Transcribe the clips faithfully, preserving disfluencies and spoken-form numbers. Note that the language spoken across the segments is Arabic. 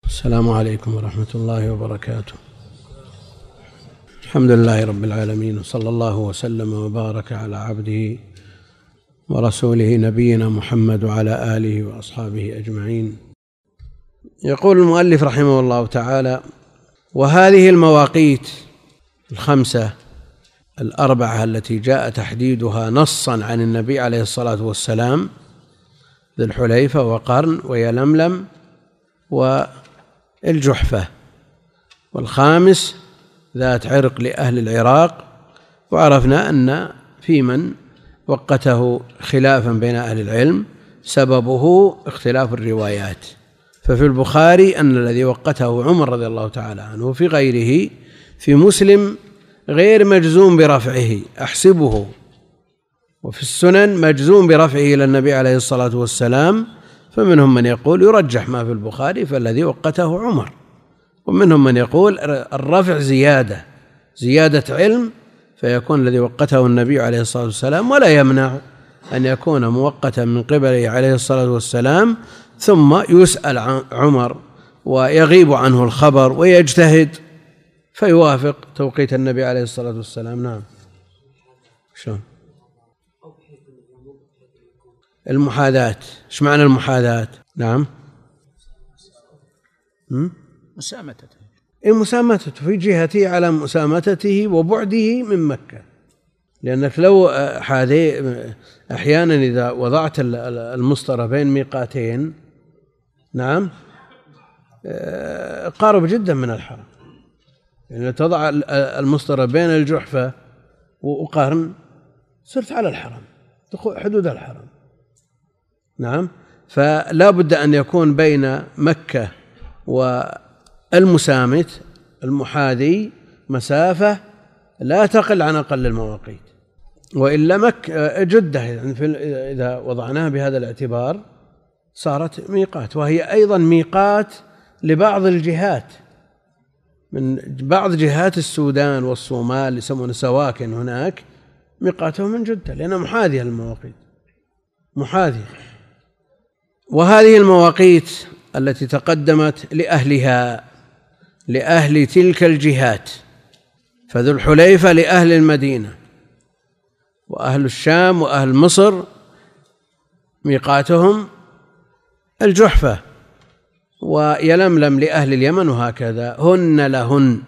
السلام عليكم ورحمة الله وبركاته. الحمد لله رب العالمين، وصلى الله وسلم وبارك على عبده ورسوله نبينا محمد وعلى آله وأصحابه أجمعين. يقول المؤلف رحمه الله تعالى: وهذه المواقيت الخمسة الأربعة التي جاء تحديدها نصا عن النبي عليه الصلاة والسلام، ذي الحليفة وقرن ويلملم والجحفة، والخامس ذات عرق لأهل العراق. وعرفنا أن في من وقته خلافا بين أهل العلم سببه اختلاف الروايات، ففي البخاري أن الذي وقته عمر رضي الله تعالى عنه، وفي غيره في مسلم غير مجزوم برفعه أحسبه، وفي السنن مجزوم برفعه إلى النبي عليه الصلاة والسلام. فمنهم من يقول يرجح ما في البخاري فالذي وقته عمر، ومنهم من يقول الرفع زيادة زيادة علم فيكون الذي وقته النبي عليه الصلاة والسلام، ولا يمنع أن يكون موقتا من قبله عليه الصلاة والسلام ثم يسأل عن عمر ويغيب عنه الخبر ويجتهد فيوافق توقيت النبي عليه الصلاة والسلام. نعم. شلون المحاذاة؟ ايش معنى المحاذاة؟ نعم، مسامتته إيه مسامتته في جهته على مسامتته وبعده من مكة، لأنك لو حاذي أحيانا إذا وضعت المسطرة بين ميقاتين، نعم، قارب جدا من الحرم، يعني تضع المسطرة بين الجحفة وقرن صرت على الحرم، حدود الحرم. نعم، فلا بد أن يكون بين مكة والمسامت المحاذي مسافة لا تقل عن أقل المواقيت، وإلا مكة جدة يعني إذا وضعناها بهذا الاعتبار صارت ميقات، وهي أيضا ميقات لبعض الجهات، من بعض جهات السودان والصومال يسمون سواكن، هناك ميقاتهم من جدة لأنها محاذية للمواقيت، محاذية. وهذه المواقيت التي تقدمت لأهلها، لأهل تلك الجهات، فذو الحليفة لأهل المدينة، وأهل الشام وأهل مصر ميقاتهم الجحفة، ويلملم لأهل اليمن، وهكذا هن لهن.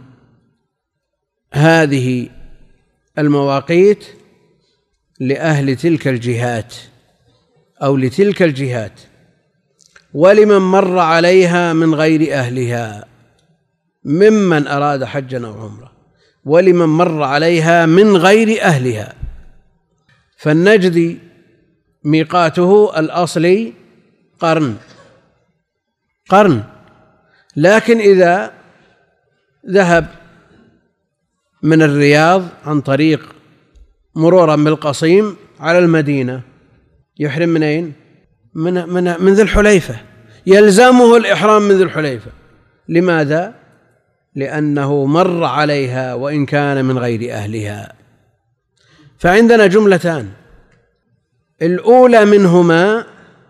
هذه المواقيت لأهل تلك الجهات أو لتلك الجهات، ولمن مر عليها من غير أهلها ممن أراد حجا أو عمرة، ولمن مر عليها من غير أهلها. فالنجدي ميقاته الأصلي قرن قرن، لكن إذا ذهب من الرياض عن طريق مرورا بالقصيم على المدينة يحرم من أين؟ من, من, من ذي الحليفة، يلزمه الإحرام من ذي الحليفة. لماذا؟ لأنه مر عليها وإن كان من غير أهلها. فعندنا جملتان، الأولى منهما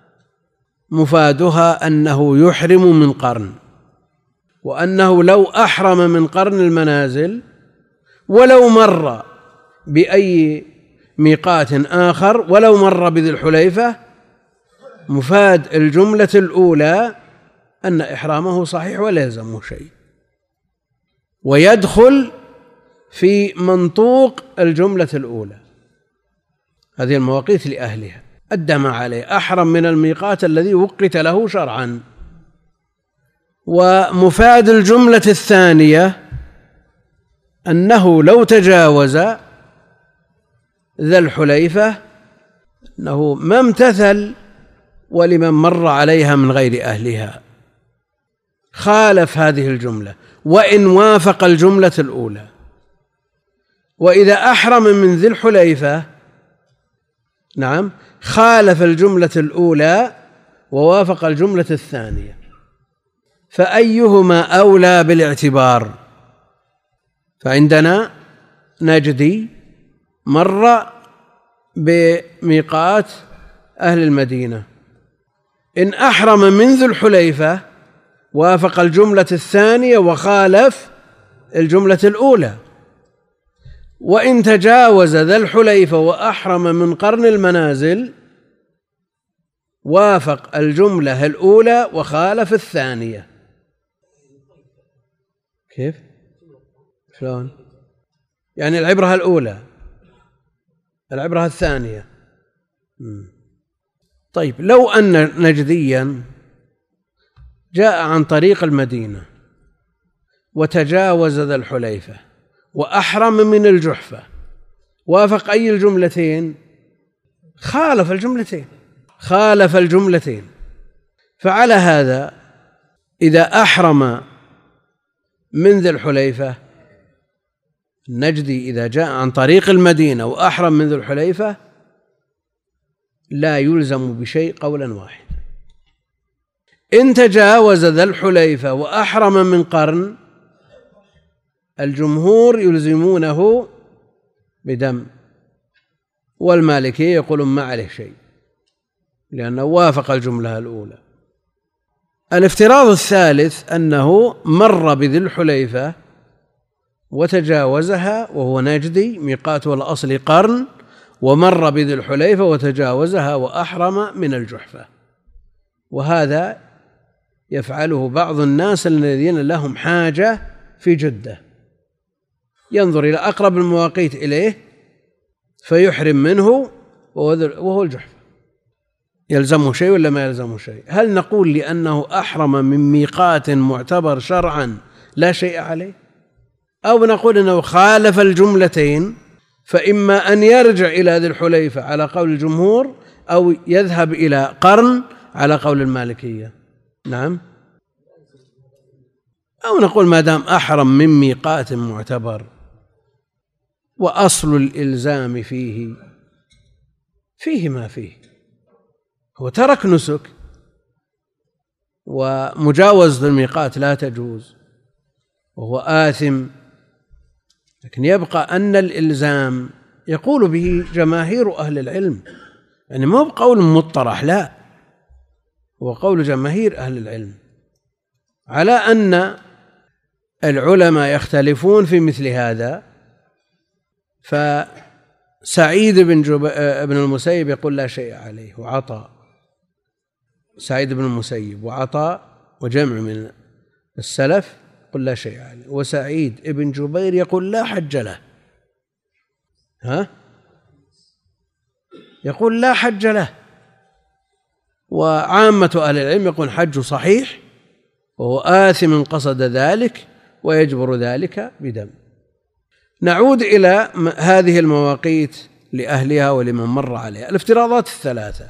مفادها أنه يحرم من قرن، وأنه لو أحرم من قرن المنازل ولو مر بأي ميقات آخر ولو مر بذي الحليفة، مفاد الجملة الأولى أن إحرامه صحيح ولا يلزمه شيء، ويدخل في منطوق الجملة الأولى. هذه المواقيت لأهلها، أدى ما عليه، أحرم من الميقات الذي وقت له شرعا. ومفاد الجملة الثانية أنه لو تجاوز ذا الحليفة أنه ما امتثل ولمن مر عليها من غير أهلها، خالف هذه الجملة وإن وافق الجملة الأولى. وإذا أحرم من ذي الحليفة، نعم، خالف الجملة الأولى ووافق الجملة الثانية، فأيهما أولى بالاعتبار؟ فعندنا نجدي مر بميقات أهل المدينة، إن أحرم من ذي الحليفة وافق الجملة الثانية وخالف الجملة الأولى. وإن تجاوز ذا الحليفة وأحرم من قرن المنازل وافق الجملة الأولى وخالف الثانية. كيف؟ شلون؟ يعني العبرة الأولى، العبرة الثانية. طيب لو أن نجديا جاء عن طريق المدينة وتجاوز ذا الحليفة وأحرم من الجحفة، وافق أي الجملتين؟ خالف الجملتين، خالف الجملتين. فعلى هذا إذا أحرم من ذي الحليفة النجدي، إذا جاء عن طريق المدينة وأحرم من ذي الحليفة لا يلزم بشيء قولا واحد. إن تجاوز ذا الحليفة وأحرم من قرن الجمهور يلزمونه بدم، والمالكية يقولون ما عليه شيء لأنه وافق الجملة الأولى. الافتراض الثالث أنه مر بذي الحليفة وتجاوزها وهو نجدي ميقاته الأصلي قرن، ومر بذي الحليفة وتجاوزها وأحرم من الجحفة، وهذا يفعله بعض الناس الذين لهم حاجة في جدة، ينظر إلى أقرب المواقيت إليه فيحرم منه وهو الجحفة. يلزمه شيء ولا ما يلزمه شيء؟ هل نقول لأنه أحرم من ميقات معتبر شرعا لا شيء عليه، أو نقول أنه خالف الجملتين فإما أن يرجع إلى ذي الحليفة على قول الجمهور أو يذهب إلى قرن على قول المالكية؟ نعم. أو نقول ما دام أحرم من ميقات معتبر وأصل الإلزام فيه فيه ما فيه، هو ترك نسك ومجاوزة الميقات لا تجوز وهو آثم، لكن يبقى أن الإلزام يقول به جماهير أهل العلم، يعني ما هو بقول مطرح، لا، هو قول جماهير أهل العلم على أن العلماء يختلفون في مثل هذا. فسعيد بن جب... ابن المسيب يقول لا شيء عليه، وعطاء، سعيد بن المسيب وعطاء وجمع من السلف يقول لا شيء عليه، وسعيد ابن جبير يقول لا حج له، ها يقول لا حج له، وعامة أهل العلم يقول حج صحيح وهو آثم قصد ذلك ويجبر ذلك بدم. نعود إلى هذه المواقيت لأهلها ولمن مر عليها. الافتراضات الثلاثة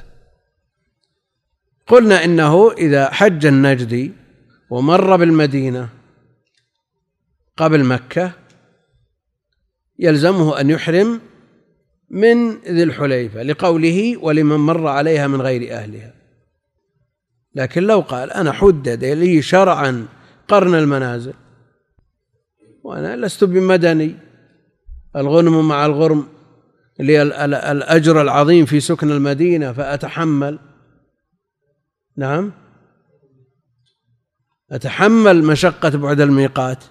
قلنا إنه إذا حج النجدي ومر بالمدينة قبل مكة يلزمه أن يحرم من ذي الحليفة لقوله ولمن مر عليها من غير أهلها. لكن لو قال أنا حدد لي شرعا قرن المنازل وأنا لست بمدني، الغنم مع الغرم لي الأجر العظيم في سكن المدينة فأتحمل، نعم أتحمل مشقة بعد الميقات،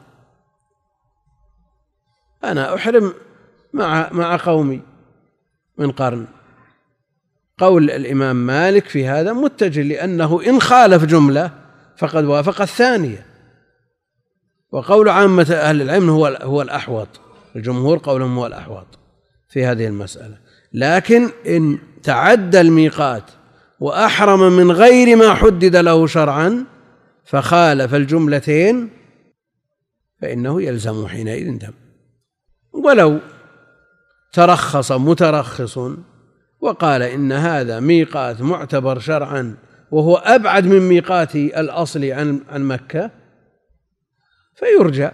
أنا أحرم مع مع قومي من قرن. قول الإمام مالك في هذا متجه، لأنه إن خالف جملة فقد وافق الثانية، وقول عامة أهل العلم هو هو الأحوط، الجمهور قولهم هو الأحوط في هذه المسألة. لكن إن تعدى الميقات وأحرم من غير ما حدد له شرعا فخالف الجملتين فإنه يلزم حينئذ دم. ولو ترخص مترخص وقال إن هذا ميقات معتبر شرعا وهو أبعد من ميقات الأصل عن عن مكة فيرجع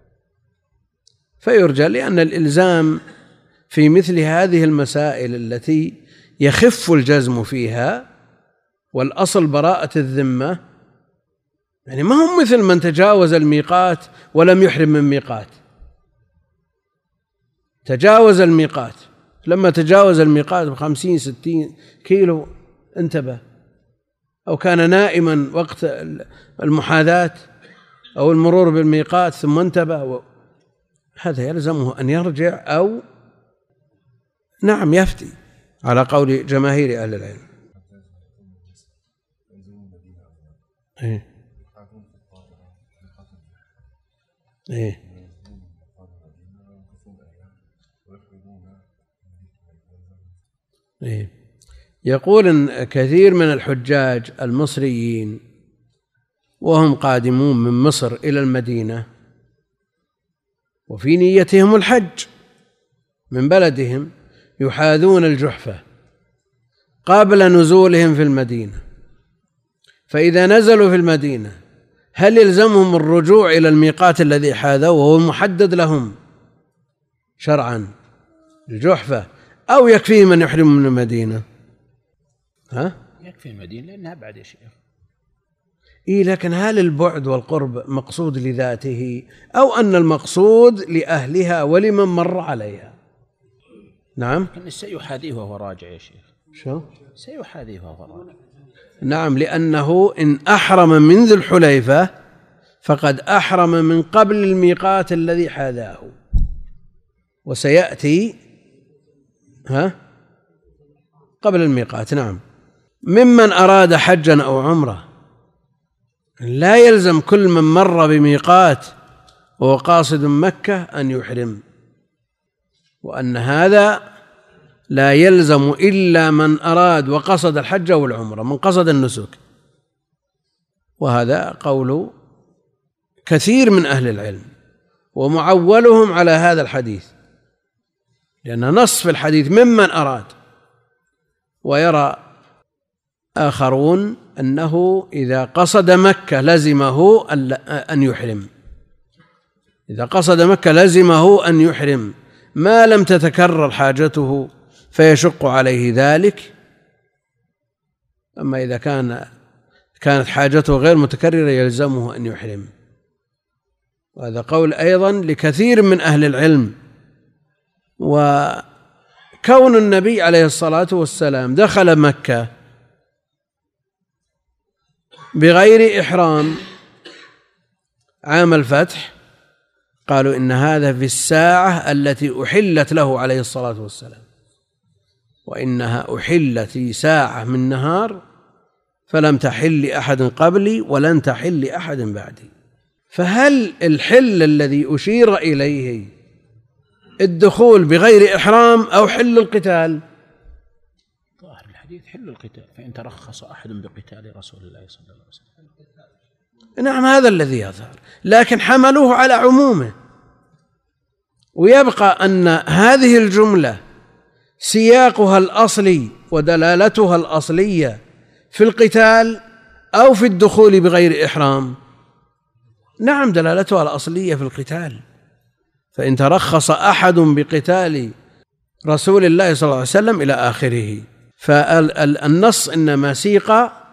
فيرجع لأن الإلزام في مثل هذه المسائل التي يخف الجزم فيها والأصل براءة الذمة، يعني ما هم مثل من تجاوز الميقات ولم يحرم من ميقات، تجاوز الميقات، لما تجاوز الميقات بخمسين ستين كيلو انتبه أو كان نائما وقت المحاذاة أو المرور بالميقات ثم انتبه، هذا يلزمه أن يرجع أو نعم يفتي على قول جماهير أهل العلم. إيه إيه إيه يقول إن كثير من الحجاج المصريين وهم قادمون من مصر إلى المدينة وفي نيتهم الحج من بلدهم يحاذون الجحفة قبل نزولهم في المدينة، فإذا نزلوا في المدينة هل يلزمهم الرجوع إلى الميقات الذي حاذوه وهو المحدد لهم شرعا الجحفة، أو يكفيهم أن يحرموا من المدينة؟ ها؟ يكفي المدينة لأنها بعد يا شيخ. إيه، لكن هل البعد والقرب مقصود لذاته أو أن المقصود لأهلها ولمن مر عليها؟ نعم، لكن سيحاذيه وهو راجع يا شيخ. شو؟ سيحاذيه وهو راجع. نعم، لأنه إن أحرم من ذي الحليفة فقد أحرم من قبل الميقات الذي حاذاه، وسيأتي ها قبل الميقات. نعم، ممن أراد حجا أو عمرة لا يلزم كل من مر بميقات وهو قاصد مكة أن يحرم، وأن هذا لا يلزم إلا من أراد وقصد الحج والعمرة، من قصد النسك، وهذا قول كثير من أهل العلم ومعولهم على هذا الحديث، لأن نص في الحديث ممن أراد. ويرى آخرون أنه إذا قصد مكة لزمه أن يحرم، إذا قصد مكة لزمه أن يحرم ما لم تتكرر حاجته فيشق عليه ذلك. أما إذا كان كانت حاجته غير متكررة يلزمه أن يحرم، وهذا قول أيضا لكثير من أهل العلم. وكون النبي عليه الصلاة والسلام دخل مكة بغير إحرام عام الفتح قالوا إن هذا في الساعة التي أحلت له عليه الصلاة والسلام، وإنها أحلت في ساعة من نهار فلم تحل لأحد قبلي ولن تحل لأحد بعدي. فهل الحل الذي أشير إليه الدخول بغير إحرام أو حل القتال؟ ظاهر الحديث حل القتال، فإن ترخص أحد بقتال رسول الله صلى الله عليه وسلم. نعم، هذا الذي يظهر، لكن حملوه على عمومه. ويبقى أن هذه الجملة سياقها الأصلي ودلالتها الأصلية في القتال أو في الدخول بغير إحرام؟ نعم، دلالتها الأصلية في القتال، فإن ترخص أحد بقتال رسول الله صلى الله عليه وسلم إلى آخره. فالنص إنما سيق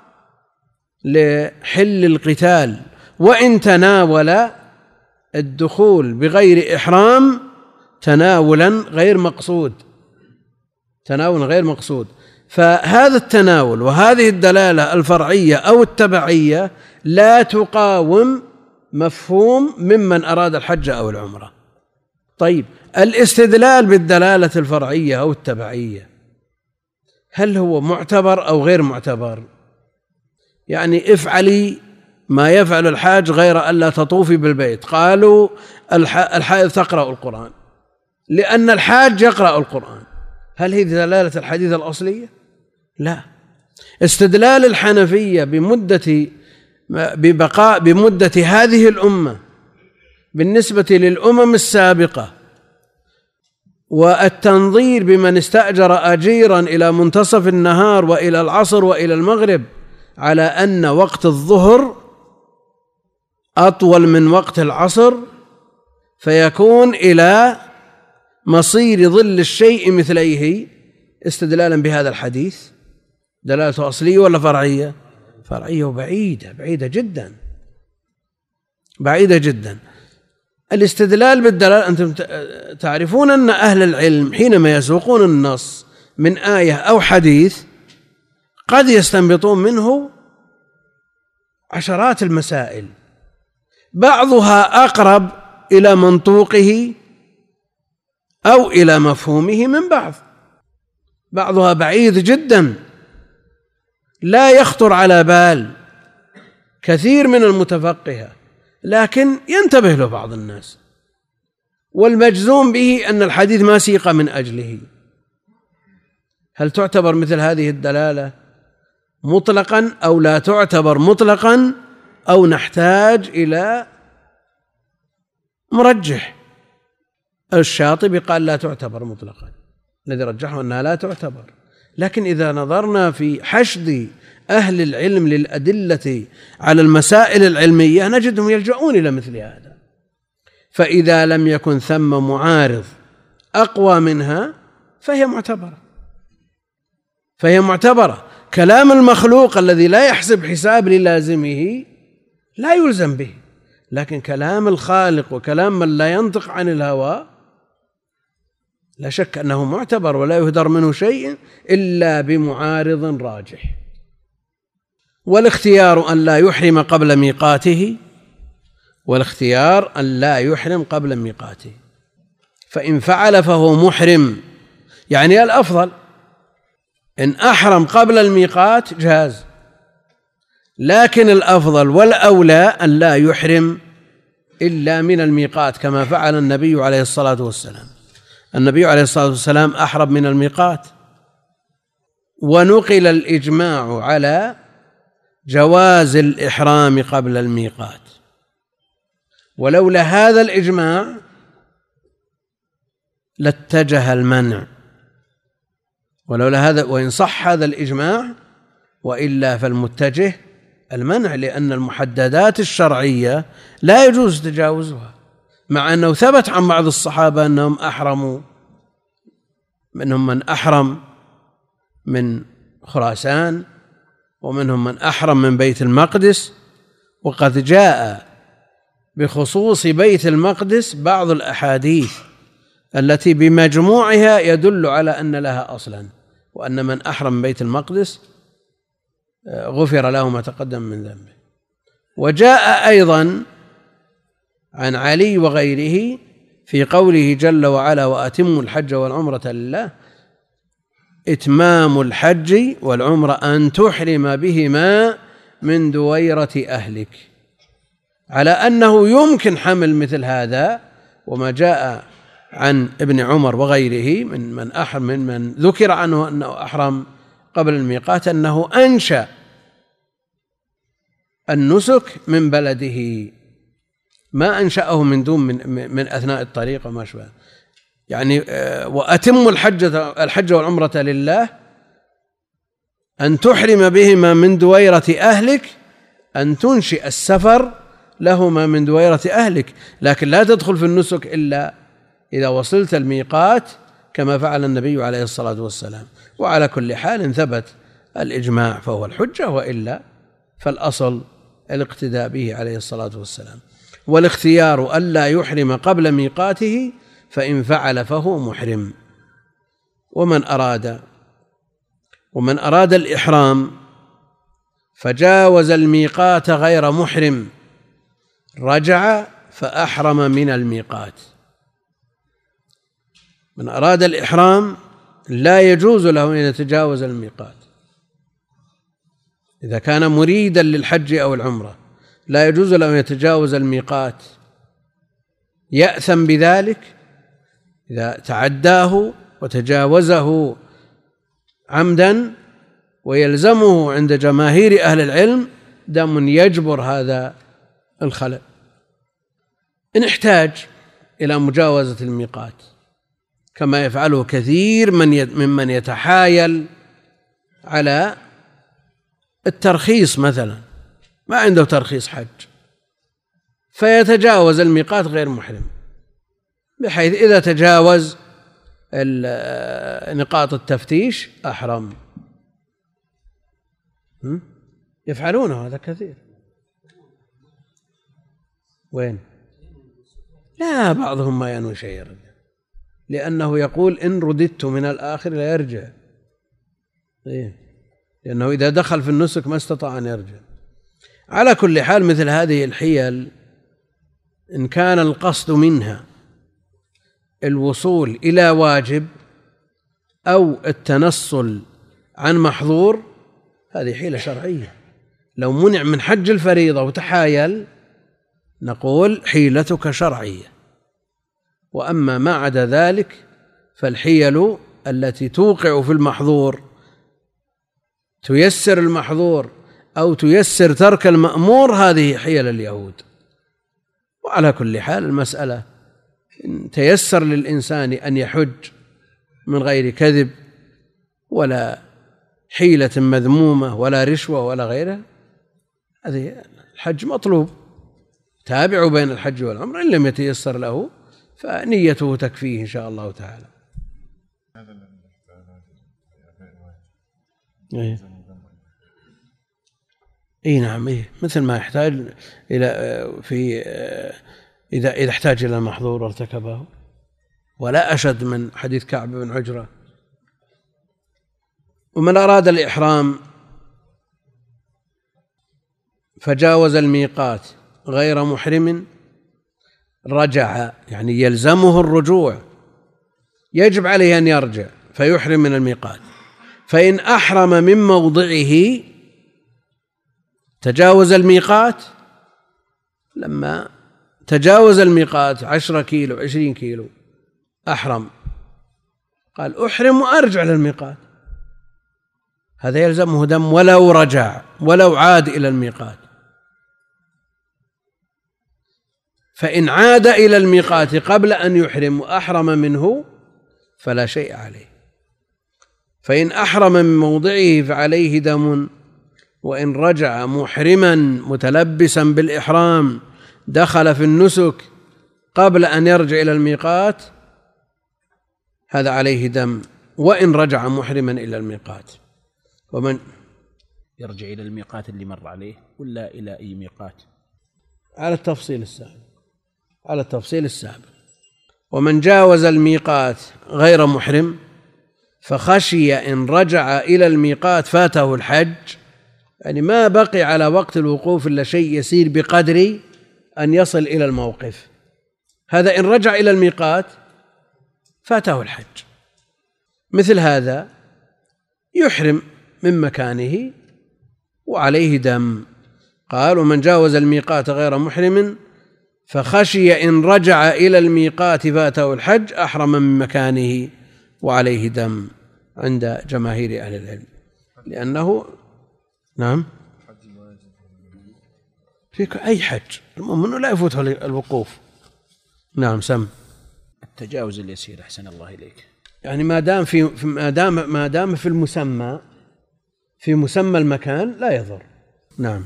لحل القتال، وإن تناول الدخول بغير إحرام تناولا غير مقصود، تناول غير مقصود. فهذا التناول وهذه الدلالة الفرعية أو التبعية لا تقاوم مفهوم ممن أراد الحج أو العمرة. طيب، الاستدلال بالدلالة الفرعية أو التبعية هل هو معتبر أو غير معتبر؟ يعني افعلي ما يفعل الحاج غير ألا تطوفي بالبيت، قالوا الحائض تقرأ القرآن لأن الحاج يقرأ القرآن، هل هي دلالة الحديث الأصلية؟ لا. استدلال الحنفية بمدة ببقاء بمدة هذه الأمة بالنسبة للأمم السابقة والتنظير بمن استأجر أجيرا إلى منتصف النهار وإلى العصر وإلى المغرب على أن وقت الظهر أطول من وقت العصر، فيكون إلى مصير ظل الشيء مثليه استدلالا بهذا الحديث. دلالته أصلية ولا فرعية؟ فرعية، وبعيدة بعيدة جدا، بعيدة جدا. الاستدلال بالدلالة، أنتم تعرفون أن أهل العلم حينما يسوقون النص من آية أو حديث قد يستنبطون منه عشرات المسائل بعضها أقرب إلى منطوقه أو إلى مفهومه من بعض، بعضها بعيد جدا لا يخطر على بال كثير من المتفقهة، لكن ينتبه له بعض الناس، والمجزوم به أن الحديث ما سيق من أجله. هل تعتبر مثل هذه الدلالة مطلقا أو لا تعتبر مطلقا، أو نحتاج إلى مرجح؟ الشاطبي قال لا تعتبر مطلقا، الذي رجحه أنها لا تعتبر. لكن إذا نظرنا في حشد أهل العلم للأدلة على المسائل العلمية نجدهم يلجؤون إلى مثل هذا، فإذا لم يكن ثم معارض أقوى منها فهي معتبرة فهي معتبرة كلام المخلوق الذي لا يحسب حساب للازمه لا يلزم به، لكن كلام الخالق وكلام من لا ينطق عن الهوى لا شك أنه معتبر ولا يهدر منه شيء إلا بمعارض راجح. والاختيار أن لا يحرم قبل ميقاته والاختيار أن لا يحرم قبل ميقاته، فإن فعل فهو محرم، يعني الأفضل إن أحرم قبل الميقات جاز، لكن الأفضل والأولى أن لا يحرم إلا من الميقات كما فعل النبي عليه الصلاة والسلام. النبي عليه الصلاة والسلام أحرم من الميقات، ونقل الإجماع على جواز الإحرام قبل الميقات، ولولا هذا الإجماع لاتجه المنع، ولولا هذا وإن صح هذا الإجماع وإلا فالمتجه المنع، لأن المحددات الشرعية لا يجوز تجاوزها، مع أنه ثبت عن بعض الصحابة أنهم أحرموا، منهم من أحرم من خراسان ومنهم من أحرم من بيت المقدس، وقد جاء بخصوص بيت المقدس بعض الأحاديث التي بمجموعها يدل على أن لها أصلا، وأن من أحرم من بيت المقدس غفر له ما تقدم من ذنبه. وجاء أيضا عن علي وغيره في قوله جل وعلا وأتموا الحج والعمرة لله، إتمام الحج والعمرة أن تحرم بهما من دويرة أهلك، على أنه يمكن حمل مثل هذا. وما جاء عن ابن عمر وغيره من من أحرم من من ذكر عنه أنه أحرم قبل الميقات أنه أنشأ النسك من بلده، ما أنشأه من دون من, من أثناء الطريق وما شابه. يعني وأتم الحج الحج والعمرة لله أن تحرم بهما من دويرة أهلك، أن تنشئ السفر لهما من دويرة أهلك، لكن لا تدخل في النسك إلا إذا وصلت الميقات كما فعل النبي عليه الصلاة والسلام. وعلى كل حال ثبت الإجماع فهو الحجة، وإلا فالأصل الاقتداء به عليه الصلاة والسلام. والاختيار ألا يحرم قبل ميقاته، فإن فعل فهو محرم. ومن أراد ومن أراد الإحرام فجاوز الميقات غير محرم رجع فأحرم من الميقات. من أراد الإحرام لا يجوز له أن يتجاوز الميقات، إذا كان مريدا للحج أو العمرة لا يجوز له أن يتجاوز الميقات، يأثم بذلك إذا تعداه وتجاوزه عمدا، ويلزمه عند جماهير أهل العلم دم يجبر هذا الخلل إن احتاج إلى مجاوزة الميقات، كما يفعله كثير من ممن يتحايل على الترخيص، مثلا ما عنده ترخيص حج فيتجاوز الميقات غير محرم، بحيث إذا تجاوز نقاط التفتيش أحرم. يفعلونه هذا كثير. وين؟ لا، بعضهم ما ينوي شيء يرجع، لأنه يقول إن رددت من الآخر لا يرجع، لأنه إذا دخل في النسك ما استطاع أن يرجع. على كل حال مثل هذه الحيل إن كان القصد منها الوصول إلى واجب أو التنصل عن محظور هذه حيلة شرعية. لو منع من حج الفريضة وتحايل نقول حيلتك شرعية. وأما ما عدا ذلك فالحيل التي توقع في المحظور تيسر المحظور أو تيسر ترك المأمور هذه حيل اليهود. وعلى كل حال المسألة إن تيسر للإنسان أن يحج من غير كذب ولا حيلة مذمومة ولا رشوة ولا غيرها هذه الحج مطلوب. تابعوا بين الحج والعمرة، إن لم يتيسر له فنيته تكفيه إن شاء الله تعالى. إيه. إيه نعم، إيه مثل ما يحتاج إلى في إذا إذا احتاج إلى محظور ارتكبه، ولا أشد من حديث كعب بن عجرة. ومن أراد الإحرام فجاوز الميقات غير محرم رجع، يعني يلزمه الرجوع، يجب عليه أن يرجع فيحرم من الميقات. فإن أحرم من موضعه تجاوز الميقات، لما تجاوز الميقات عشرة كيلو عشرين كيلو أحرم، قال أحرم وأرجع للميقات، هذا يلزمه دم ولو رجع ولو عاد إلى الميقات. فإن عاد إلى الميقات قبل أن يحرم وأحرم منه فلا شيء عليه. فإن أحرم من موضعه فعليه دم، وإن رجع محرما متلبسا بالإحرام دخل في النسك قبل أن يرجع إلى الميقات هذا عليه دم، وإن رجع محرما إلى الميقات. ومن يرجع إلى الميقات اللي مر عليه ولا إلى أي ميقات؟ على التفصيل السابق، على التفصيل السابق. ومن جاوز الميقات غير محرم فخشي إن رجع إلى الميقات فاته الحج، يعني ما بقي على وقت الوقوف إلا شيء يسير بقدر أن يصل إلى الموقف، هذا إن رجع إلى الميقات فاته الحج. مثل هذا يحرم من مكانه وعليه دم. قال ومن جاوز الميقات غير محرم فخشي إن رجع إلى الميقات فاته الحج أحرم من مكانه وعليه دم عند جماهير أهل العلم، لأنه نعم فيك أي حج المؤمن لا يفوته الوقوف. نعم سم التجاوز اليسير أحسن الله إليك، يعني ما دام في ما دام ما دام في المسمى في مسمى المكان لا يضر. نعم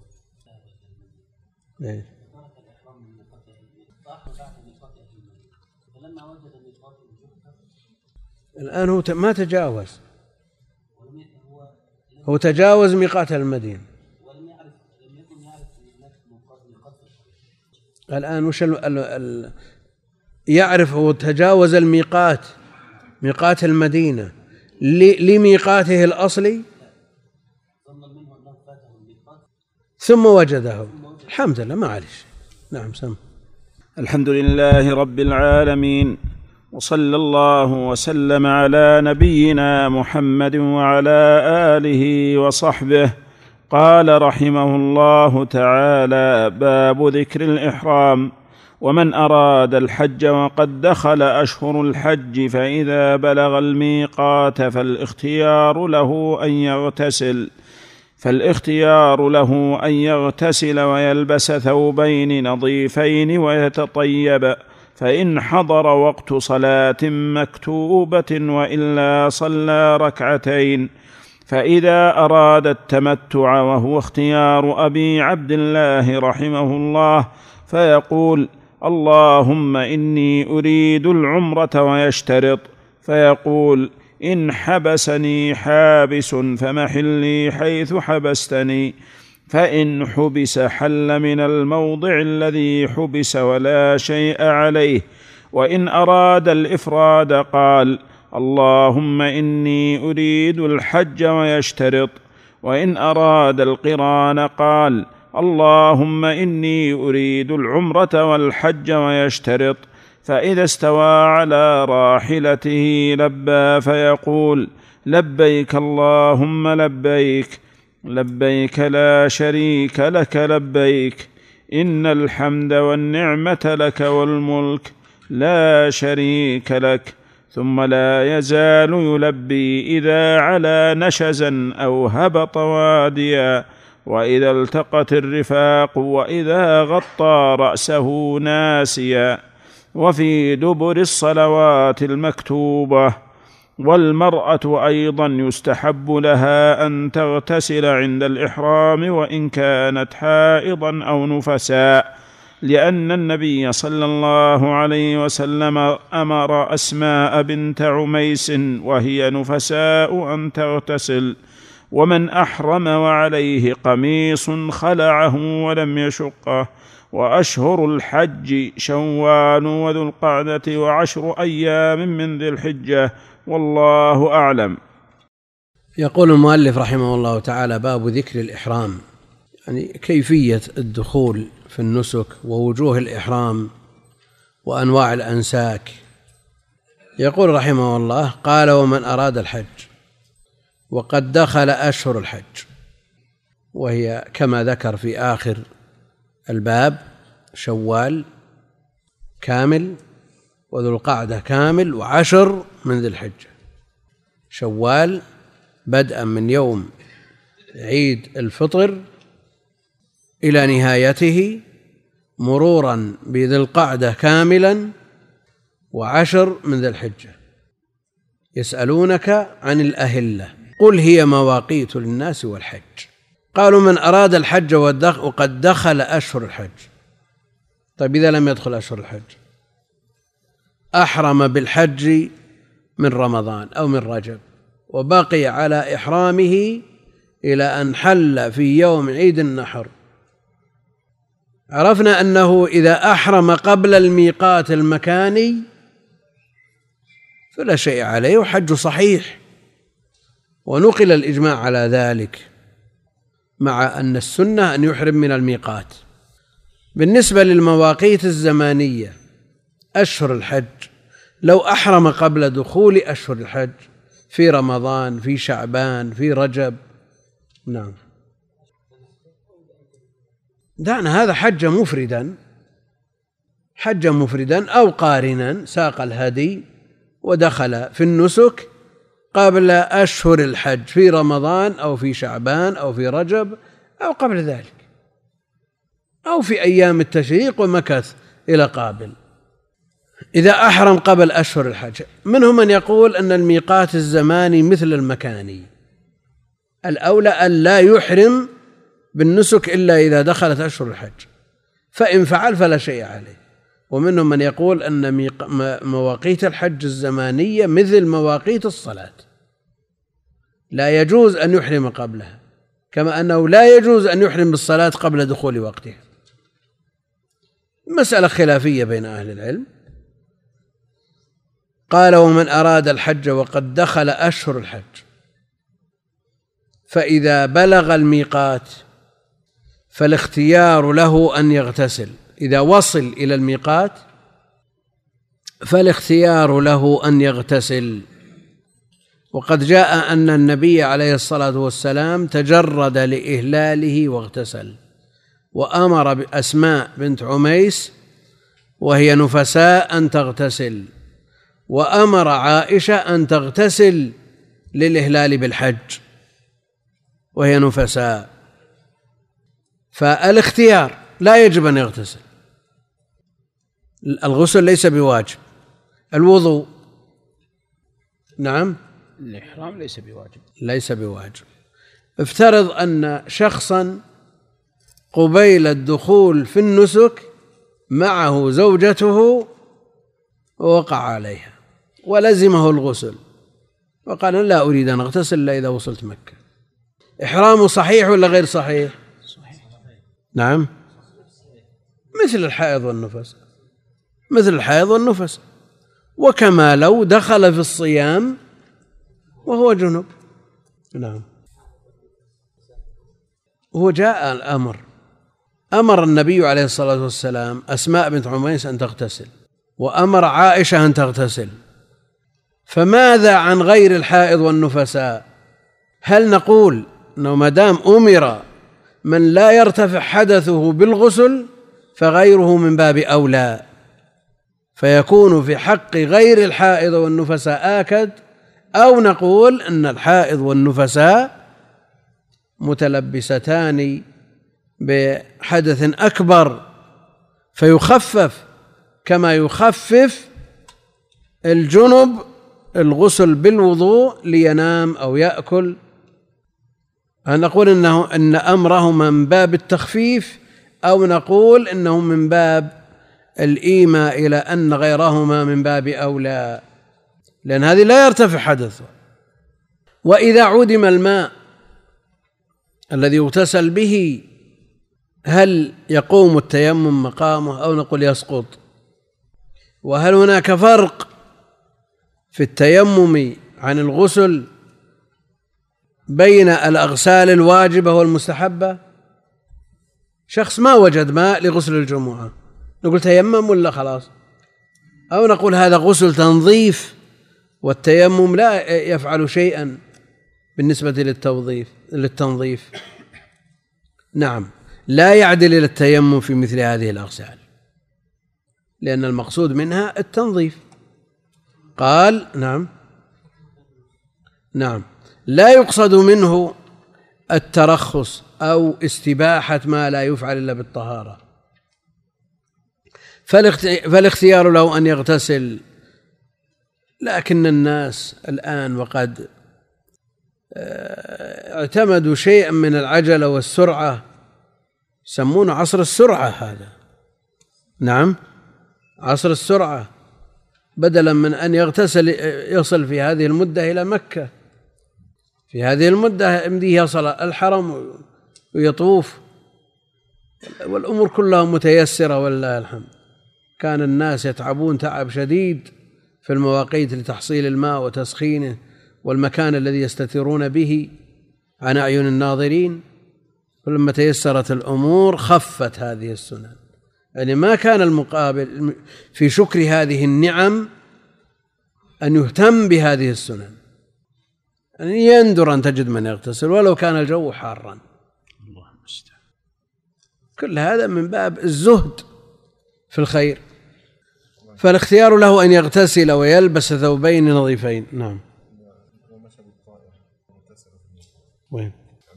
إيه. الآن هو ما تجاوز، هو تجاوز ميقات المدينة الآن. وش ال ال ال يعرف هو تجاوز الميقات ميقات المدينة لميقاته الأصلي ثم وجده، الحمد لله ما عليه شيء. نعم سم. الحمد لله رب العالمين، وصلى الله وسلم على نبينا محمد وعلى آله وصحبه. قال رحمه الله تعالى: باب ذكر الإحرام. ومن أراد الحج وقد دخل أشهر الحج فإذا بلغ الميقات فالاختيار له أن يغتسل فالاختيار له أن يغتسل ويلبس ثوبين نظيفين ويتطيب، فإن حضر وقت صلاة مكتوبة وإلا صلى ركعتين. فإذا أراد التمتع وهو اختيار أبي عبد الله رحمه الله فيقول: اللهم إني أريد العمرة، ويشترط فيقول: إن حبسني حابس فمحلي حيث حبستني، فإن حبس حل من الموضع الذي حبس ولا شيء عليه. وإن أراد الإفراد قال: اللهم إني أريد الحج، ويشترط. وإن أراد القران قال: اللهم إني أريد العمرة والحج ويشترط، فإذا استوى على راحلته لبى فيقول لبيك اللهم لبيك لبيك لا شريك لك لبيك إن الحمد والنعمة لك والملك لا شريك لك، ثم لا يزال يلبي إذا علا نشزا أو هبط واديا، وإذا التقت الرفاق، وإذا غطى رأسه ناسيا، وفي دبر الصلوات المكتوبة. والمرأة أيضا يستحب لها أن تغتسل عند الإحرام وإن كانت حائضا أو نفساء، لأن النبي صلى الله عليه وسلم أمر أسماء بنت عميس وهي نفساء أن تغتسل. ومن أحرم وعليه قميص خلعه ولم يشقه. وأشهر الحج شوال وذو القعدة وعشر أيام من ذي الحجة، والله أعلم. يقول المؤلف رحمه الله تعالى: باب ذكر الإحرام، يعني كيفية الدخول في النسك ووجوه الإحرام وأنواع الأنساك. يقول رحمه الله: قال: ومن أراد الحج وقد دخل أشهر الحج، وهي كما ذكر في آخر الباب شوال كامل وذو القعدة كامل وعشر من ذي الحجة. شوال بدءا من يوم عيد الفطر إلى نهايته، مرورا بذي القعدة كاملا، وعشر من ذي الحجة. يسألونك عن الأهلة قل هي مواقيت للناس والحج. قالوا: من أراد الحج وقد دخل أشهر الحج. طيب إذا لم يدخل أشهر الحج، أحرم بالحج من رمضان أو من رجب وبقي على إحرامه إلى أن حل في يوم عيد النحر، عرفنا أنه إذا أحرم قبل الميقات المكاني فلا شيء عليه وحج صحيح، ونقل الإجماع على ذلك، مع أن السنة أن يحرم من الميقات. بالنسبة للمواقيت الزمانية أشهر الحج، لو أحرم قبل دخول أشهر الحج في رمضان، في شعبان، في رجب، نعم دعنا هذا حج مفردا حج مفردا أو قارنا، ساق الهدي ودخل في النسك قبل أشهر الحج في رمضان أو في شعبان أو في رجب أو قبل ذلك، أو في أيام التشريق ومكث إلى قابل. إذا أحرم قبل أشهر الحج، منهم من يقول أن الميقات الزماني مثل المكاني، الأولى أن لا يحرم بالنسك إلا إذا دخلت أشهر الحج، فإن فعل فلا شيء عليه. ومنهم من يقول أن مواقيت الحج الزمانية مثل مواقيت الصلاة، لا يجوز أن يحرم قبلها، كما أنه لا يجوز أن يحرم بالصلاة قبل دخول وقتها. مسألة خلافية بين أهل العلم. قال: ومن أراد الحج وقد دخل أشهر الحج، فإذا بلغ الميقات فالاختيار له أن يغتسل. إذا وصل إلى الميقات فالاختيار له أن يغتسل. وقد جاء أن النبي عليه الصلاة والسلام تجرد لإهلاله واغتسل، وأمر بأسماء بنت عميس وهي نفساء أن تغتسل، وأمر عائشة أن تغتسل للإهلال بالحج وهي نفساء. فالاختيار لا يجب أن يغتسل، الغسل ليس بواجب، الوضوء نعم الإحرام ليس بواجب ليس بواجب. افترض أن شخصا قبيل الدخول في النسك معه زوجته ووقع عليها ولزمه الغسل، وقال: لا أريد أن أغتسل إلا إذا وصلت مكة. إحرامه صحيح ولا غير صحيح؟ صحيح. نعم، مثل الحائض والنفس، مثل الحائض والنفس، وكما لو دخل في الصيام وهو جنب. نعم، هو جاء الأمر أمر النبي عليه الصلاة والسلام أسماء بنت عميس أن تغتسل، وأمر عائشة أن تغتسل، فماذا عن غير الحائض والنفساء؟ هل نقول أنه ما دام أمر من لا يرتفع حدثه بالغسل فغيره من باب أولى، فيكون في حق غير الحائض والنفساء آكد، أو نقول أن الحائض والنفساء متلبستان بحدث أكبر فيخفف كما يخفف الجنب الغسل بالوضوء لينام أو يأكل. هل نقول إنه أن أمره من باب التخفيف، أو نقول إنه من باب الإيماء إلى أن غيرهما من باب أولى، لأن هذه لا يرتفع حدثه. وإذا عدم الماء الذي يغتسل به هل يقوم التيمم مقامه أو نقول يسقط؟ وهل هناك فرق في التيمم عن الغسل بين الأغسال الواجبة والمستحبة؟ شخص ما وجد ماء لغسل الجمعة، نقول تيمم ولا خلاص؟ أو نقول هذا غسل تنظيف والتيمم لا يفعل شيئا بالنسبة للتوظيف للتنظيف؟ نعم، لا يعدل إلى التيمم في مثل هذه الأغسال، لأن المقصود منها التنظيف. قال نعم نعم لا يقصد منه الترخص أو استباحة ما لا يفعل إلا بالطهارة، فالاختيار له أن يغتسل. لكن الناس الآن وقد اعتمدوا شيئا من العجلة والسرعة، يسمونه عصر السرعة هذا. نعم، عصر السرعة، بدلا من أن يغتسل يصل في هذه المدة إلى مكة، في هذه المدة يمديه يصل الحرم ويطوف، والأمور كلها متيسرة ولله الحمد. كان الناس يتعبون تعب شديد في المواقيت لتحصيل الماء وتسخينه والمكان الذي يستترون به عن أعين الناظرين، ولما تيسرت الأمور خفت هذه السنن. يعني ما كان المقابل في شكر هذه النعم أن يهتم بهذه السنن، يعني يندر أن تجد من يغتسل ولو كان الجو حارا. الله المستعان. كل هذا من باب الزهد في الخير. فالاختيار له أن يغتسل ويلبس ثوبين نظيفين. نعم. وين؟